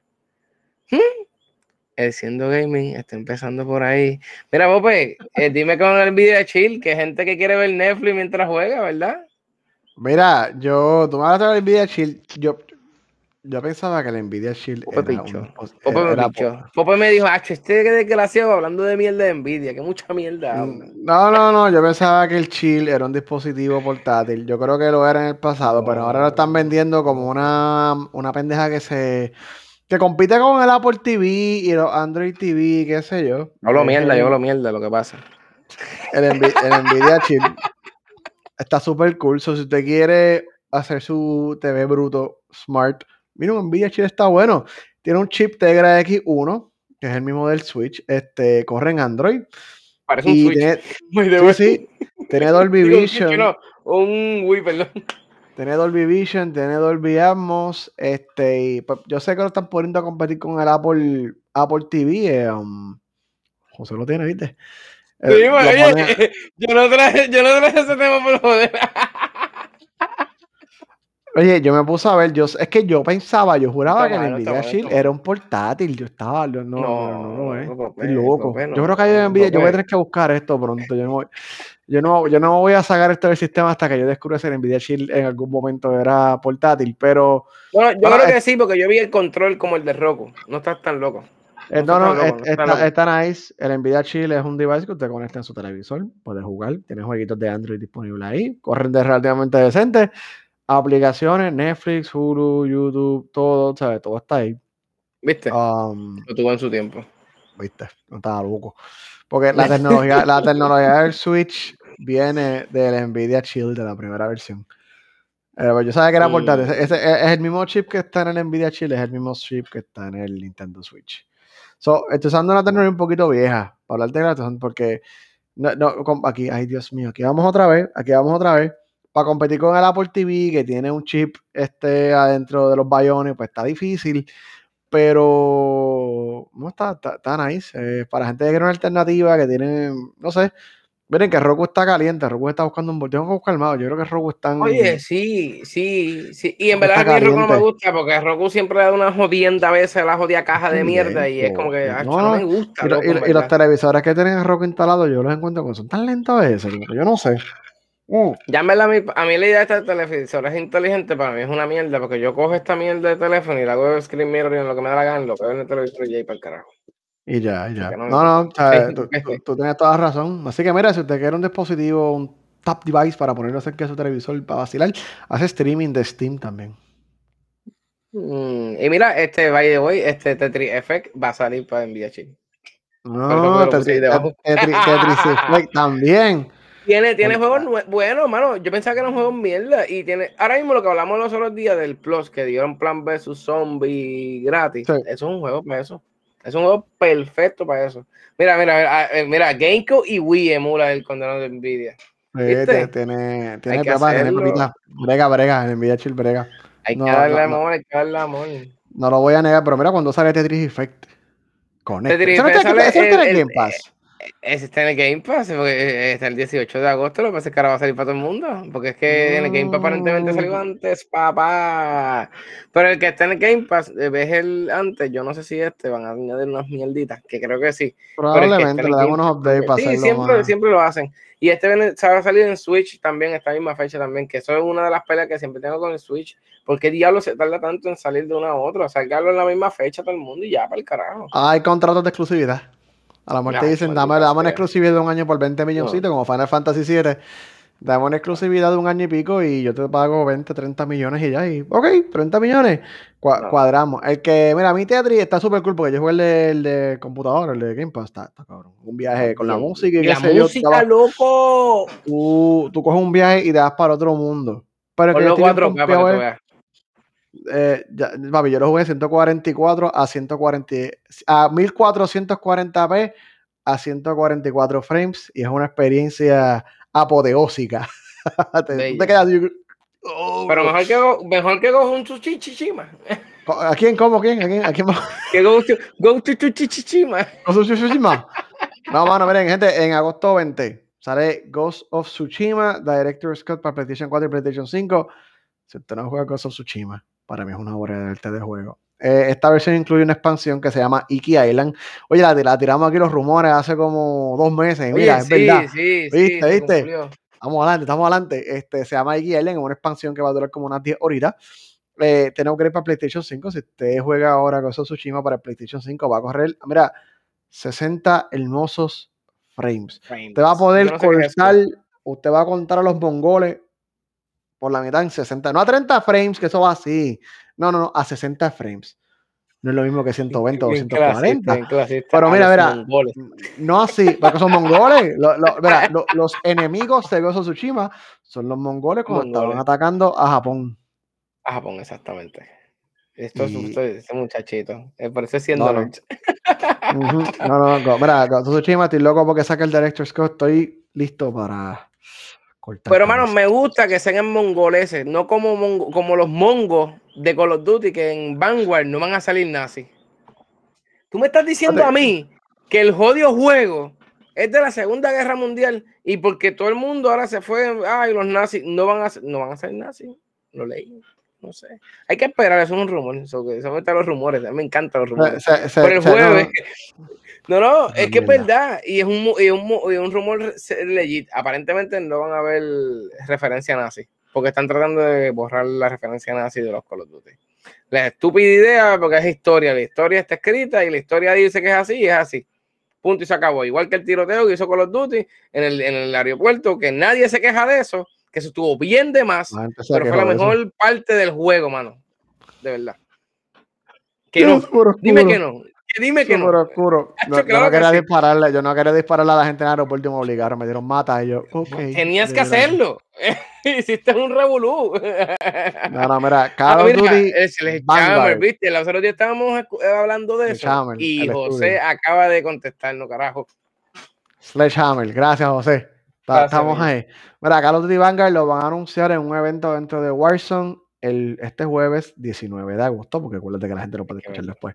el Siendo Gaming está empezando por ahí. Mira, Pope, eh, dime con el Nvidia Chill, que hay gente que quiere ver Netflix mientras juega, ¿verdad? Mira, yo, tú me vas a traer el Nvidia Shield. Yo, yo pensaba que el Nvidia Shield Pope era un pichó. dispositivo. Pope Era, me era po- pichó. Pope me dijo, ah, este desgraciado hablando de mierda de envidia, que mucha mierda habla. no, no, no. Yo pensaba que el Shield era un dispositivo portátil. Yo creo que lo era en el pasado, pero ahora lo están No, vendiendo como no. una, una pendeja que se. Que compite con el Apple T V y los Android T V, qué sé yo. Yo hablo Es mierda, yo hablo el, mierda, lo que pasa. el, Nvi- el Nvidia Shield. Está súper cool. So, si usted quiere hacer su T V bruto smart, mira, un Nvidia Shield está bueno. Tiene un chip Tegra X uno, que es el mismo del Switch. Este, corre en Android. Parece un Y Switch. tiene, By the sí, way. sí, tiene Dolby Digo, un Switch, Vision. no. Un Wii, perdón. Tiene Dolby Vision, tiene Dolby Atmos. Este, y, pues, yo sé que lo están poniendo a competir con el Apple, Apple T V. eh, um, José lo tiene, ¿viste? Sí, Eh, lo oye, pone, yo no traje, yo no traje ese tema por joder. Oye, yo me puse a ver, yo, es que yo pensaba, yo No juraba está que el mal, no está Nvidia mal, no está Shield era mal. un portátil. Yo estaba, yo no, pero no No, lo es. no, Estoy papé, loco. papé, Yo creo que hay no, Nvidia, yo voy a papé. tener que buscar esto pronto. Yo no, voy- yo no, yo no voy a sacar esto del sistema hasta que yo descubra si el Nvidia Shield en algún momento era portátil. Pero, Bueno, yo bueno, creo es- que sí, porque yo vi el control como el de Roku. No estás tan loco. eh, No no, estás tan no, es- loco, no estás tan está, loco. está nice. El Nvidia Shield es un device que usted conecta en su televisor, puede jugar, tiene jueguitos de Android disponibles ahí, corren de relativamente decentes, aplicaciones, Netflix, Hulu, YouTube, todo, ¿sabes? Todo está ahí. ¿Viste? Um, Lo tuvo en su tiempo. Viste, no estaba loco. Porque la tecnología, la tecnología del Switch viene del Nvidia Shield de la primera versión. Eh, pues yo sabía que era portátil. Ese, ese Mm. es el mismo chip que está en el Nvidia Shield, es el mismo chip que está en el Nintendo Switch. So, estoy usando una tecnología un poquito vieja para hablarte de la tecnología, porque no, no, com- aquí, ay Dios mío, aquí vamos otra vez, aquí vamos otra vez. Para competir con el Apple T V, que tiene un chip este adentro de los Bionic, pues está difícil. Pero no está, está, está nice. Eh, para gente que quiere una alternativa, que tiene, no sé. Miren que Roku está caliente, Roku está buscando un bol- tengo que buscar más. Yo creo que Roku está Oye, en- sí, sí, sí. Y en Roku verdad está a mí Roku no me caliente. gusta porque Roku siempre da una jodienda a veces la jodida caja Muy de mierda y es como lento. que, Eh, acho, No, no me no. gusta, Y, lo- loco, y en lo- y los verdad. televisores que tienen Roku instalados, yo los encuentro que son tan lentos a veces, como que yo no sé. Mm. Ya en verdad, a mí, a mí la idea de estos televisores inteligentes para mí es una mierda porque yo cojo esta mierda de teléfono y la hago de screen mirror y en lo que me da la gana, lo que veo en el televisor y ya y para el carajo. Y ya, y Así que ya. no me No, no, o Sí. sea, tú, tú- tú tienes toda la razón. Así que mira, si usted quiere un dispositivo, un top device para ponerlo cerca de su televisor para vacilar, hace streaming de Steam también. Mm, y mira, este, by the way, este Tetris Effect va a salir para Nvidia Chip. Por eso porque No, lo puse ahí Tetris, Tet- debajo. Tetris, Tetris Effect también. Tiene, tiene El- juegos nue- buenos, mano. Yo pensaba que eran juegos mierda. Y tiene. Ahora mismo lo que hablamos los otros días del Plus, que dieron Plan versus Zombie gratis. sí, Eso es un juego para eso. Es un juego perfecto para eso. Mira, mira, mira, eh, mira, Gamecube y Wii emula el condenado de Nvidia. sí, te- ¿Viste? tiene, Hay tiene que papá, tiene hacerlo. papita. Brega, brega, en Nvidia Chill brega. Hay que No, no, darle no, amor, hay que darle amor. no lo voy a negar, pero mira cuando sale Tetris Effect. Conecta. Tetris Eso no Effect está, eso no sale está en el, el el, Game Pass. ese está en el Game Pass, porque eh, está el dieciocho de agosto, lo que pasa es que ahora va a salir para todo el mundo, porque es que en el Game Pass aparentemente salió Mm, antes, papá. Pero el que está en el Game Pass, eh, ves el antes, yo no sé si este van a añadir unas mierditas, que creo que sí, pero el que está probablemente en le el dan Game unos Pass updates también, para sí, hacerlo siempre, más. siempre lo hacen. Y este viene, se va a salir en Switch también, esta misma fecha también, que eso es una de las peleas que siempre tengo con el Switch. ¿Por qué diablo se tarda tanto en salir de una a otra? Salgarlo en la misma fecha todo el mundo y ya, para el carajo. Hay contratos de exclusividad. A la muerte Ay, dicen, dame, maldita dame una sea. exclusividad de un año por veinte No, milloncitos, como Final Fantasy siete. Dame una exclusividad de un año y pico y yo te pago veinte treinta millones y ya. Y, ok, treinta millones. Cua- no. cuadramos. El que, mira, mi Tetris está súper cool porque yo jugué el de, el de computador, el de Game Pass. Está, está cabrón. Un Está viaje con la bien. música y Y qué la sé yo. música, Daba- loco. tú, tú coges un viaje y te vas para otro mundo. Pero el que yo Ponlo estoy bien cuatro K para que pompeado tú es, veas. eh, ya, papi, yo lo jugué de ciento cuarenta y cuatro a ciento cuarenta, a mil cuatrocientos cuarenta p a ciento cuarenta y cuatro frames y es una experiencia apoteósica. te, tú te Bella. quedas así, oh, Pero bro. mejor que, go- mejor que go un chuchichichima. ¿A quién? ¿Cómo? ¿Quién? ¿A quién? ¿A quién más? Que go to go to chuchichichima. ¿Ghost of Tsushima? No, mano, miren, gente, en agosto veinte sale Ghost of Tsushima, Director's Cut para PlayStation cuatro y PlayStation cinco. Si usted no juega Ghost of Tsushima, para mí es una obra de arte de juego. Eh, esta versión incluye una expansión que se llama Iki Island. Oye, la, la tiramos aquí los rumores hace como dos meses y mira, Oye, es verdad. sí, sí, sí, ¿Viste? se ¿Viste? cumplió. Estamos adelante, estamos adelante. Este, se llama Iki Island, es una expansión que va a durar como unas diez horitas. Eh, tenemos que ir para PlayStation cinco. Si usted juega ahora Ghost of Tsushima para el PlayStation cinco, va a correr, mira, sesenta hermosos frames. Usted va a Frames. Yo poder no sé qué es eso. cortar, usted va a contar a los mongoles por la mitad en sesenta, no a treinta frames, que eso va así. No, no, no, a sesenta frames. No es lo mismo que ciento veinte o Bien clasista, doscientos cuarenta. bien clasista. Pero A mira, los mira, mongoles. no así, porque son mongoles. Lo- lo- mira, lo- los enemigos de Ghost of Tsushima son los mongoles cuando estaban Mongoles. atacando a Japón. A Japón, exactamente. Esto es Y esto- ese muchachito. Me parece siendo no, no. nerds. Ujú, no, no, no. Mira, Ghost of Tsushima, estoy loco porque saca el Director's Scott. Estoy listo para cortar Pero, hermano, cabeza. me gusta que sean mongoleses, no como, mongo- como los mongos de Call of Duty, que en Vanguard no van a salir nazis. Tú me estás diciendo a mí que el jodido juego es de la Segunda Guerra Mundial y porque todo el mundo ahora se fue, ay, los nazis no van a, no van a ser nazis. Lo leí. no sé. Hay que esperar, eso es un rumor. Eso, eso están los rumores. A mí me encantan los rumores. Se, se, Pero el se, jueves. No, no, no, es que es verdad. Y es un, y un, y un rumor legit. Aparentemente no van a haber referencia nazi. Porque están tratando de borrar la referencia nazi de los Call of Duty. La estúpida idea, porque es historia. La historia está escrita y la historia dice que es así y es así. Punto y se acabó. Igual que el tiroteo que hizo Call of Duty en el, en el aeropuerto, que nadie se queja de eso, que eso estuvo bien de más, pero fue la mejor parte del juego, mano. De verdad. Que no. Dime que no. Que dime que no. Oscuro. No, Hecho, yo claro no quería que sí. dispararle, yo no quería dispararle a la gente en el aeropuerto y me obligaron, me dieron mata y yo, ok. Tenías que hacerlo. Hiciste un revolú. No, no, mira, Call Ah, of mira, Duty el Sledgehammer, Vanguard. ¿viste? Los otros días estábamos hablando de eso. Sledgehammer, Y el José estudio. acaba de contestarnos, carajo. Sledgehammer, gracias, José. Gracias, Estamos amigo. ahí. Mira, Call of Duty Vanguard lo van a anunciar en un evento dentro de Warzone el, este jueves diecinueve de agosto, porque acuérdate que la gente lo puede escuchar después.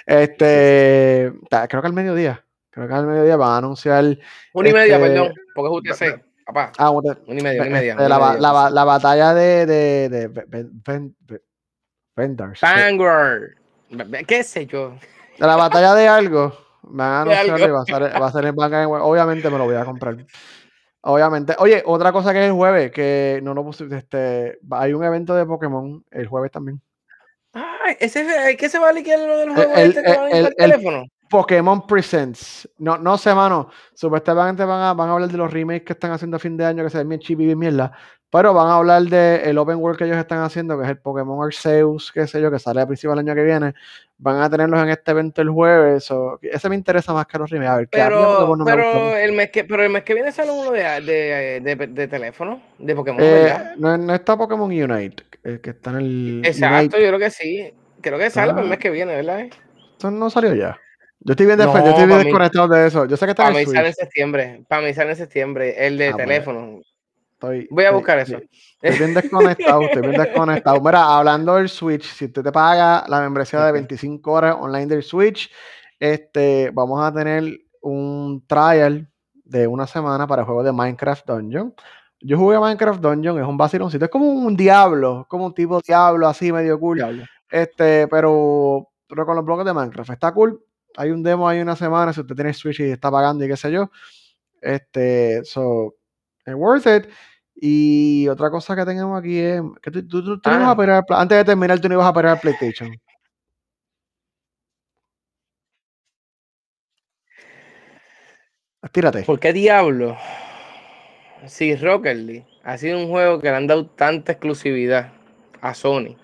Este, sí, sí. Creo que al mediodía, creo que al mediodía van a anunciar. Una y este, media, perdón, porque es U T C, papá. Ah, una y media, una y media. Este, Una y la, media la, la, batalla de, de, de, de, de Vendors. Vanguard. ¿Qué sé yo? De la batalla de algo. Me van a anunciar y va a ser, va a ser en Vanguard. Obviamente me lo voy a comprar. Obviamente. Oye, otra cosa que es el jueves, que no lo puse, este, hay un evento de Pokémon el jueves también. Ay, ese, ¿qué se va a liquear lo del juego el, este que van a ir para el teléfono? Pokémon Presents. No, no sé, mano. Supuestamente van a, van a hablar de los remakes que están haciendo a fin de año, que se ven bien chip y bien mierda. Pero van a hablar del open world que ellos están haciendo, que es el Pokémon Arceus, qué sé yo, que sale a principios del año que viene. Van a tenerlos en este evento el jueves. So, ese me interesa más que los remakes. A ver, que pero, Pokémon no pero, me gusta el mes que, pero el mes que viene sale uno de, de, de, de teléfono, de Pokémon, eh, ¿verdad? No, no está Pokémon Unite, el que está en el Exacto, Unite. yo creo que sí. Creo que sale para el mes que viene, ¿verdad? Eso no salió ya. Yo estoy bien, después, yo estoy No, bien para mí, desconectado de eso. Yo sé que está en para el mí sale Switch. en septiembre. Para mí sale en septiembre, el de Ah, pues, teléfono. Estoy, Voy a estoy, buscar eso. estoy, estoy bien desconectado, estoy bien desconectado. Mira, hablando del Switch, si usted te paga la membresía de veinticinco horas online del Switch, este, vamos a tener un trial de una semana para el juego de Minecraft Dungeon. Yo jugué a Minecraft Dungeon, es un vaciloncito, es como un Diablo, como un tipo Diablo así medio cool. Diablo. Este, pero, pero con los bloques de Minecraft. Está cool. Hay un demo ahí una semana, si usted tiene Switch y está pagando y qué sé yo. Este, so, es worth it. Y otra cosa que tenemos aquí es que tú, tú, tú, tú no ibas a Ah, operar, antes de terminar, tú no ibas a operar PlayStation. Tírate. ¿por qué diablo? Si Rocket League ha sido un juego que le han dado tanta exclusividad a Sony.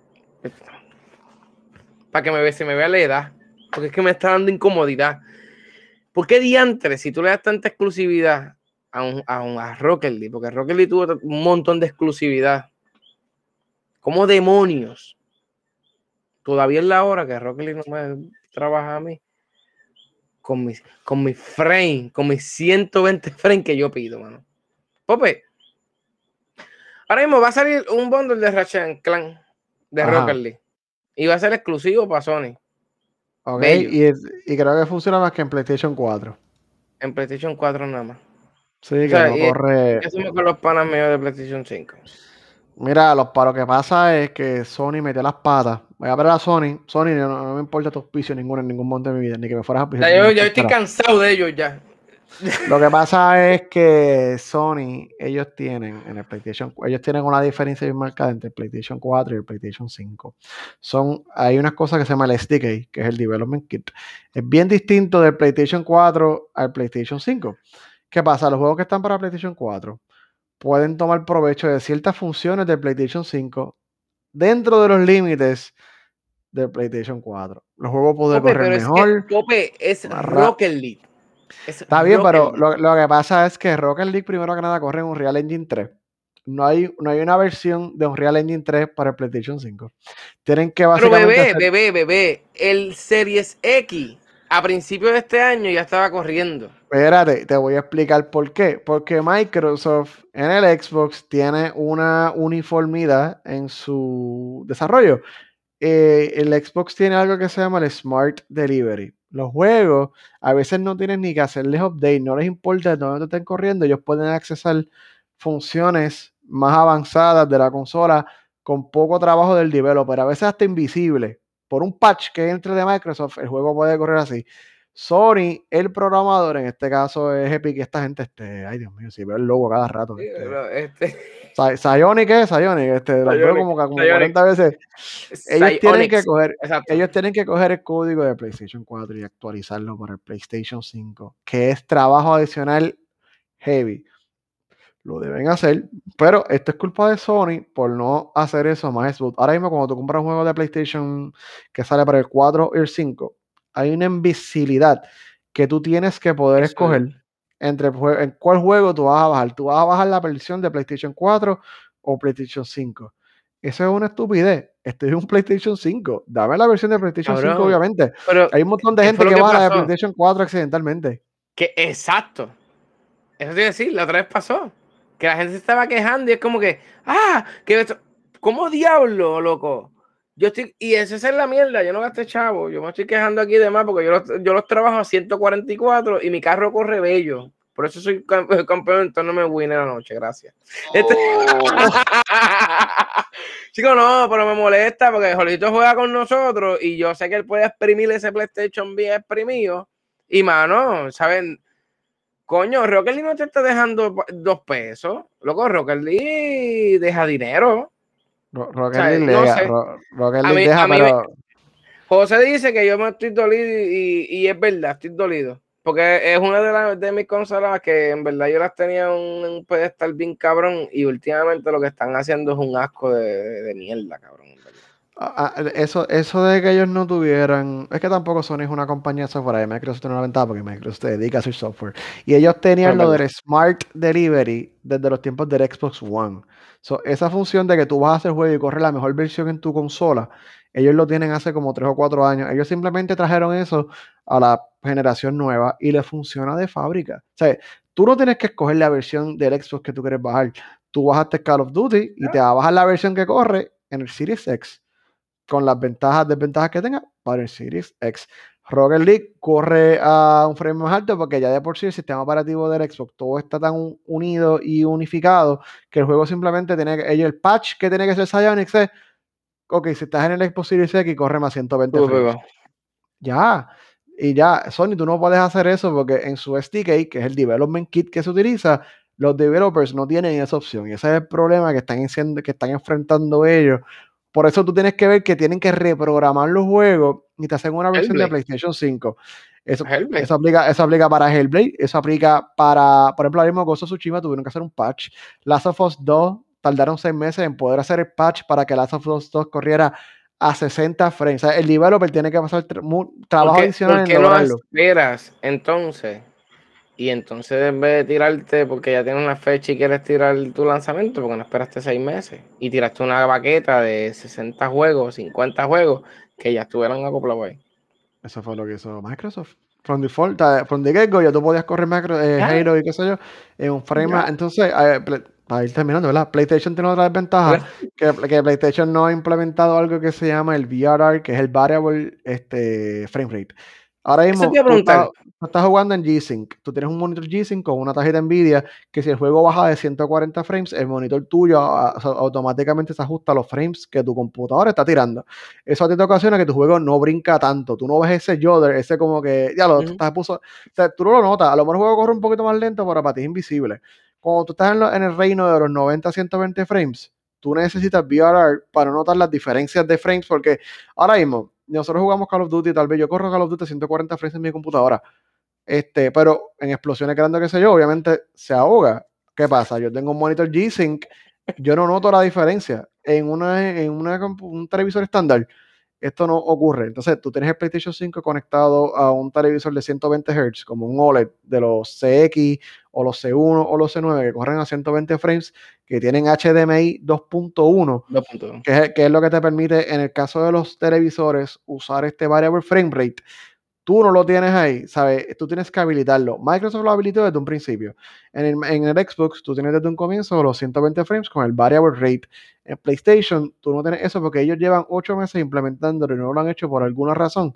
Para que me ve, se me vea la edad. Porque es que me está dando incomodidad. ¿Por qué diantres si tú le das tanta exclusividad a, un, a, un, a Rocket League? Porque Rocket League tuvo un montón de exclusividad. ¿Cómo demonios? Todavía es la hora que Rocket League no me trabaja a mí. Con mis, con mis frames, con mis ciento veinte frames que yo pido, mano. Pope, ahora mismo va a salir un bundle de Ratchet Clank de Ajá. Rocket League. Y va a ser exclusivo para Sony. Ok, Bello. y, es, y creo que funciona más que en PlayStation cuatro. En PlayStation cuatro nada más. Sí, O que sea, no y, corre. ¿qué hacemos con los panas míos de PlayStation cinco? Mira, lo, para lo que pasa es que Sony metió las patas. Voy a ver a Sony. Sony, no, no me importa tu auspicio ninguno en ningún momento de mi vida, ni que me fueras a auspiciar, Ya, ni me yo, ya estoy importará. cansado de ellos ya. Lo que pasa es que Sony, ellos tienen en el PlayStation, ellos tienen una diferencia bien marcada entre el PlayStation cuatro y el PlayStation cinco. Son, hay unas cosas que se llama el S D K, que es el Development Kit. Es bien distinto del PlayStation cuatro al PlayStation cinco. ¿Qué pasa? Los juegos que están para PlayStation cuatro pueden tomar provecho de ciertas funciones del PlayStation cinco dentro de los límites del PlayStation cuatro. Los juegos pueden Pope, correr pero es que, mejor, Pope, es más rápido. Rocket League. Es Está bien, Rocket pero League. lo, lo que pasa es que Rocket League, primero que nada, corre en Unreal Engine tres. No hay, no hay una versión de Unreal Engine tres para el PlayStation cinco. Tienen que Pero básicamente bebé, hacer... bebé, bebé, el Series X a principios de este año ya estaba corriendo. Espérate, te voy a explicar por qué. Porque Microsoft en el Xbox tiene una uniformidad en su desarrollo. Eh, el Xbox tiene algo que se llama el Smart Delivery. Los juegos a veces no tienen ni que hacerles update, no les importa de dónde estén corriendo, ellos pueden accesar funciones más avanzadas de la consola con poco trabajo del developer, a veces hasta invisible. Por un patch que entre de Microsoft, el juego puede correr así. Sony, el programador, en este caso es Epic, esta gente, este, ay Dios mío, si veo el logo cada rato. Sí, Este, pero este. Psyonic, ¿qué es? Psyonic, este, los veo Psyonic, como, como Psyonic. cuarenta veces. Ellos tienen que Psyonix. coger, Exacto. ellos tienen que coger el código de PlayStation cuatro y actualizarlo para el PlayStation cinco, que es trabajo adicional heavy. Lo deben hacer, pero esto es culpa de Sony por no hacer eso más smooth. Ahora mismo, cuando tú compras un juego de PlayStation que sale para el cuatro y el cinco, hay una invisibilidad que tú tienes que poder Eso es. escoger entre en cuál juego tú vas a bajar. Tú vas a bajar la versión de PlayStation cuatro o PlayStation cinco. Eso es una estupidez. Este es un PlayStation cinco. Dame la versión de PlayStation cinco, Cabrón. obviamente. Pero, Hay un montón de ¿qué fue gente lo que que baja la de pasó? PlayStation cuatro accidentalmente. Que exacto. Eso te iba a decir, la otra vez pasó. Que la gente se estaba quejando y es como que, ah, que esto, ¿cómo diablo, loco? Yo estoy, y esa es la mierda, yo no gasté chavo, yo me estoy quejando aquí de más porque yo los, yo los trabajo a ciento cuarenta y cuatro y mi carro corre bello. Por eso soy campeón, entonces no me win en la noche, gracias. Este... Oh. Chico, no, pero me molesta porque Jolito juega con nosotros y yo sé que él puede exprimir ese PlayStation bien exprimido. Y mano, ¿saben? Coño, Rocket League no te está dejando dos pesos. Loco, Rocket League deja dinero. Ro- O Rocket sea, League no deja, sé. Ro- Rocket A League mí, deja, a mí, pero José dice que yo me estoy dolido y, y es verdad, estoy dolido. Porque es una de, las de mis consolas que en verdad yo las tenía un, un pedestal bien cabrón y últimamente lo que están haciendo es un asco de, de, de mierda, cabrón. En verdad. a- a- eso, eso de que ellos no tuvieran, es que tampoco Sony es una compañía de software, y Microsoft tiene una ventaja porque Microsoft se dedica a hacer software. Y ellos No tenían es lo verdad. del Smart Delivery desde los tiempos del Xbox One. So, esa función de que tú vas a hacer juego y corre la mejor versión en tu consola, ellos lo tienen hace como tres o cuatro años. Ellos simplemente trajeron eso a la generación nueva y le funciona de fábrica. O sea, tú no tienes que escoger la versión del Xbox que tú quieres bajar. Tú bajaste Call of Duty y te va a bajar la versión que corre en el Series X con las ventajas, desventajas que tenga para el Series X. Rocket League corre a un frame más alto porque ya de por sí el sistema operativo del Xbox todo está tan unido y unificado que el juego simplemente tiene que, ellos, el patch que tiene que ser Psyonix es, ok, si estás en el Xbox Series X corre más ciento veinte Tú, frames. Pepo. Ya, y ya, Sony, tú no puedes hacer eso porque en su S D K, que es el Development Kit que se utiliza, los developers no tienen esa opción. Y ese es el problema que están, que están enfrentando ellos. Por eso tú tienes que ver que tienen que reprogramar los juegos y te hacen una versión de Hellblade. PlayStation cinco. Eso, Hellblade. eso, aplica, eso aplica para Hellblade, eso aplica para, por ejemplo, ahora mismo Ghost of Tsushima tuvieron que hacer un patch. Last of Us dos tardaron seis meses en poder hacer el patch para que Last of Us dos corriera a sesenta frames. O sea, el developer tiene que pasar tra ¿Por trabajo qué, adicional por en qué no lograrlo. esperas entonces? Y entonces en vez de tirarte, porque ya tienes una fecha y quieres tirar tu lanzamiento, porque no esperaste seis meses y tiraste una baqueta de sesenta juegos, cincuenta juegos, que ya estuvieran acoplados ahí. Eso fue lo que hizo Microsoft. From default, uh, from the get-go, ya tú podías correr Macro, eh, Ya, Halo y qué sé yo, en un frame más. ya. Entonces, eh, para ir terminando, ¿verdad? PlayStation tiene otra desventaja, que, que PlayStation no ha implementado algo que se llama el V R R, que es el Variable este, Frame Rate. Ahora Eso te mismo, iba a tú estás, preguntar. tú estás jugando en G-Sync, tú tienes un monitor G-Sync con una tarjeta Nvidia, que si el juego baja de ciento cuarenta frames, el monitor tuyo a, a, automáticamente se ajusta a los frames que tu computadora está tirando. Eso a ti te ocasiona que tu juego no brinca tanto. Tú no ves ese jodder, ese como que, ya lo, tú Uh-huh. estás puso, o sea, tú no lo notas. A lo mejor el juego corre un poquito más lento, pero para ti es invisible. Cuando tú estás en, lo, en el reino de los noventa a ciento veinte frames, tú necesitas V R R para notar las diferencias de frames, porque ahora mismo, nosotros jugamos Call of Duty, tal vez yo corro Call of Duty a ciento cuarenta frames en mi computadora, este, pero en explosiones grandes, que sé yo, obviamente se ahoga. ¿Qué pasa? Yo tengo un monitor G-Sync, yo no noto la diferencia. En, una, en una, un televisor estándar, esto no ocurre. Entonces, tú tienes el PlayStation cinco conectado a un televisor de ciento veinte Hz, como un OLED de los C X o los C uno o los C nueve que corren a ciento veinte frames, que tienen H D M I dos punto uno, Dos puntos. que es, que es lo que te permite, en el caso de los televisores, usar este variable frame rate. Tú no lo tienes ahí, ¿sabes? Tú tienes que habilitarlo. Microsoft lo habilitó desde un principio. En el, en el Xbox, tú tienes desde un comienzo los ciento veinte frames con el variable rate. En PlayStation, tú no tienes eso porque ellos llevan ocho meses implementándolo y no lo han hecho por alguna razón.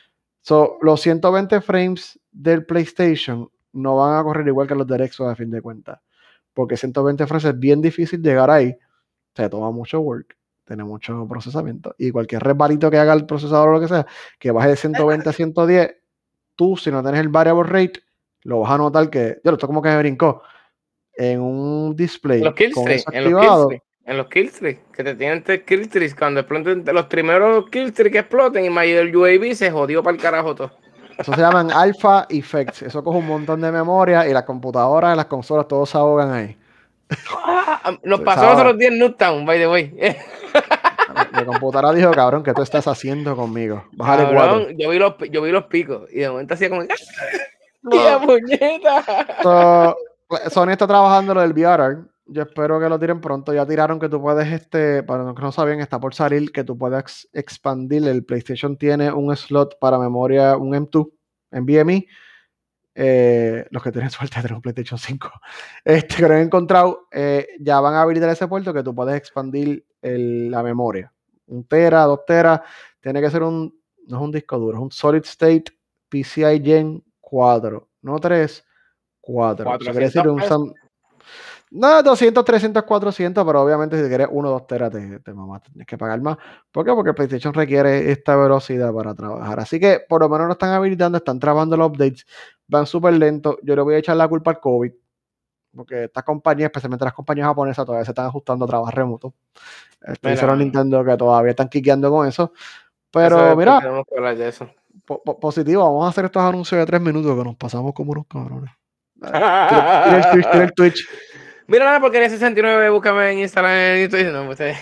So, los ciento veinte frames del PlayStation no van a correr igual que los del Xbox a fin de cuentas. Porque ciento veinte frames es bien difícil llegar ahí. Se toma mucho work. tiene mucho procesamiento. Y cualquier resbalito que haga el procesador o lo que sea, que baje de ciento veinte a ciento diez, tú, si no tienes el variable rate, lo vas a notar que, yo, esto como que me brincó, en un display En los con killstreak, eso en los activado. killstreak, en los killstreak, que te tienen tres killstreaks, cuando exploten los primeros killstreak que exploten y el U A V se jodió para el carajo todo. Eso se llaman alpha effects. Eso coge un montón de memoria y las computadoras, las consolas, todos se ahogan ahí. Ah, nos Se, se pasó los ahogan. otros días en Newtown, by the way. Mi computadora dijo, cabrón, ¿qué tú estás haciendo conmigo? Bájale cuatro. Cabrón, yo vi los, yo vi los picos y de momento hacía como, ¡tía puñeta! So, Sony está trabajando lo del V R. Yo espero que lo tiren pronto. Ya tiraron que tú puedes, este, para los que no saben, está por salir que tú puedes expandir. El PlayStation tiene un slot para memoria, un M dos, NVMe. Eh, los que tienen suerte de tener un PlayStation cinco, este, que lo han encontrado, eh, ya van a habilitar ese puerto que tú puedes expandir el- la memoria. Un tera, dos teras, tiene que ser un, no es un disco duro, es un solid state P C I Gen cuatro, no tres, cuatro. Eso quiere decir cuatrocientos un pesos. Sam- no, doscientos, trescientos, cuatrocientos, pero obviamente si quieres uno, dos teras te, te mamás, tienes que pagar más. ¿Por qué? Porque el PlayStation requiere esta velocidad para trabajar. Así que por lo menos lo están habilitando, están trabajando los updates, van súper lentos. Yo le voy a echar la culpa al COVID, porque estas compañías, especialmente las compañías japonesas, todavía se están ajustando a trabajar remoto. Este, hicieron Mira, Nintendo que todavía están quiqueando con eso. eso Pero después mira, tenemos que hablar de eso. po- po- positivo, vamos a hacer estos anuncios de tres minutos que nos pasamos como unos cabrones. Dale, Tira, tira el Twitch, tira el Twitch. Mira nada, porque en sesenta y nueve búscame en Instagram en YouTube. No, pues,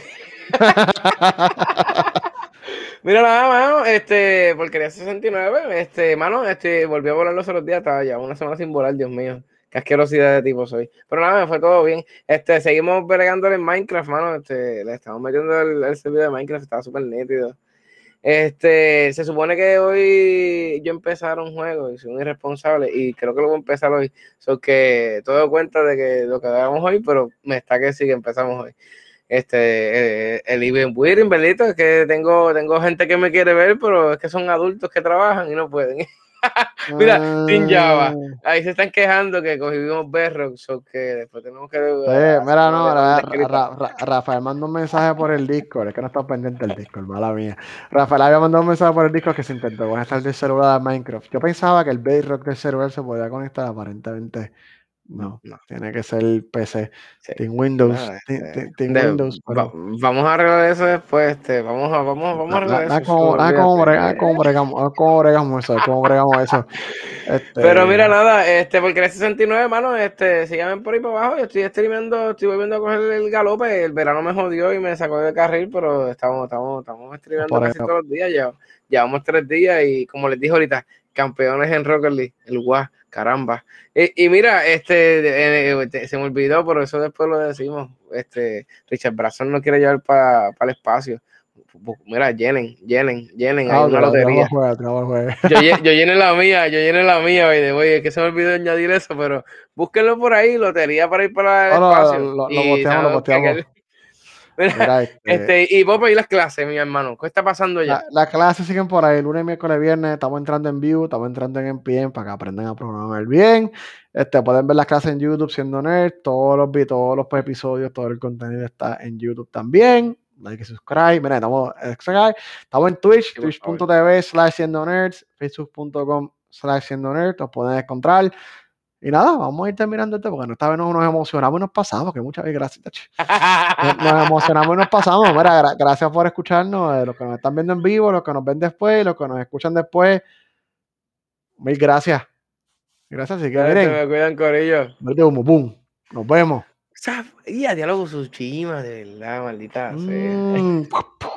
mira nada, mano, este, porquería sesenta y nueve, este, mano, este, volví a volar los otros días, estaba ya una semana sin volar, Dios mío, qué asquerosidad de tipo soy. Pero nada, me fue todo bien. Este, seguimos bregándole en Minecraft, mano, este, le estamos metiendo el, el servidor de Minecraft, estaba súper nítido. Este, se supone que hoy yo empezar un juego y soy un irresponsable y creo que lo voy a empezar hoy. So que todo cuenta de que lo que hagamos hoy, pero me está que sí que empezamos hoy. Este, eh, el event wedding, ¿verdad? Es que tengo, tengo gente que me quiere ver, pero es que son adultos que trabajan y no pueden. Mira, sin Java. Mm. Ahí se están quejando que cogimos Bedrock, so que después tenemos que Sí, uh, hacer mira, una no, demanda Ra- Ra- escrita. Ra- Rafael mandó un mensaje por el Discord, es que no está pendiente el Discord, mala mía. Rafael había mandado un mensaje por el Discord que se intentó conectar del celular a Minecraft. Yo pensaba que el Bedrock del celular se podía conectar, aparentemente no, No. tiene que ser el P C. Sí. Team Windows, Nada, Team, este, Team- Team de- Windows, va- pero vamos a arreglar eso después, este, vamos a, vamos, vamos a da, da- arreglar da eso, sí, como, da como, olvídate. bre- da como bregamos, da como bregamos eso, da como bregamos eso. Pero mira, Este, nada, este, porque el sesenta y nueve, mano, este, síganme por ahí para abajo, yo estoy streameando, estoy volviendo a coger el galope, el verano me jodió y me sacó de carril, pero estamos, estamos, estamos streameando por casi eso. todos los días, ya, llevamos tres días y como les dije ahorita, campeones en Rocket League, el guau, caramba. Y, y mira, este, eh, eh, se me olvidó, pero eso después lo decimos, este, Richard Branson no quiere llevar para el espacio. Mira, llenen, llenen, llenen, hay Ah, ok, una tiramos los lotería. juegos, tiramos los juegos. Yo, lle- yo llené la mía, yo llené la mía, oye, oye, que se me olvidó añadir eso, pero búsquenlo por ahí, lotería para ir para el No, no, espacio. lo, lo Y posteamos, lo sabemos que, posteamos. que- mira, Mira, este, este, y vos para ir las clases, mi hermano, ¿qué está pasando ya? la- las clases siguen por ahí, lunes, miércoles, viernes, estamos entrando en Vue, estamos entrando en N P M para que aprendan a programar bien. Este, pueden ver las clases en YouTube siendo nerd, todos los, vi- todos los episodios, todo el contenido está en YouTube también. Like y subscribe. Mira, estamos, eh, estamos en Twitch, Sí, por favor. twitch.tv slash siendo nerds, facebook.com slash siendo nerds, nos pueden encontrar. Y nada, vamos a ir terminando esto porque esta vez nos, nos emocionamos y nos pasamos, que muchas gracias, tacho. Nos, nos emocionamos y nos pasamos. Mira, gra- gracias por escucharnos, eh, los que nos están viendo en vivo, los que nos ven después, los que nos escuchan después. Mil gracias. Gracias, así que Dale, se miren, me cuidan, corillo. verde humo, boom. Nos vemos. Y a diálogo sus chimas, de verdad, maldita sea. Mm.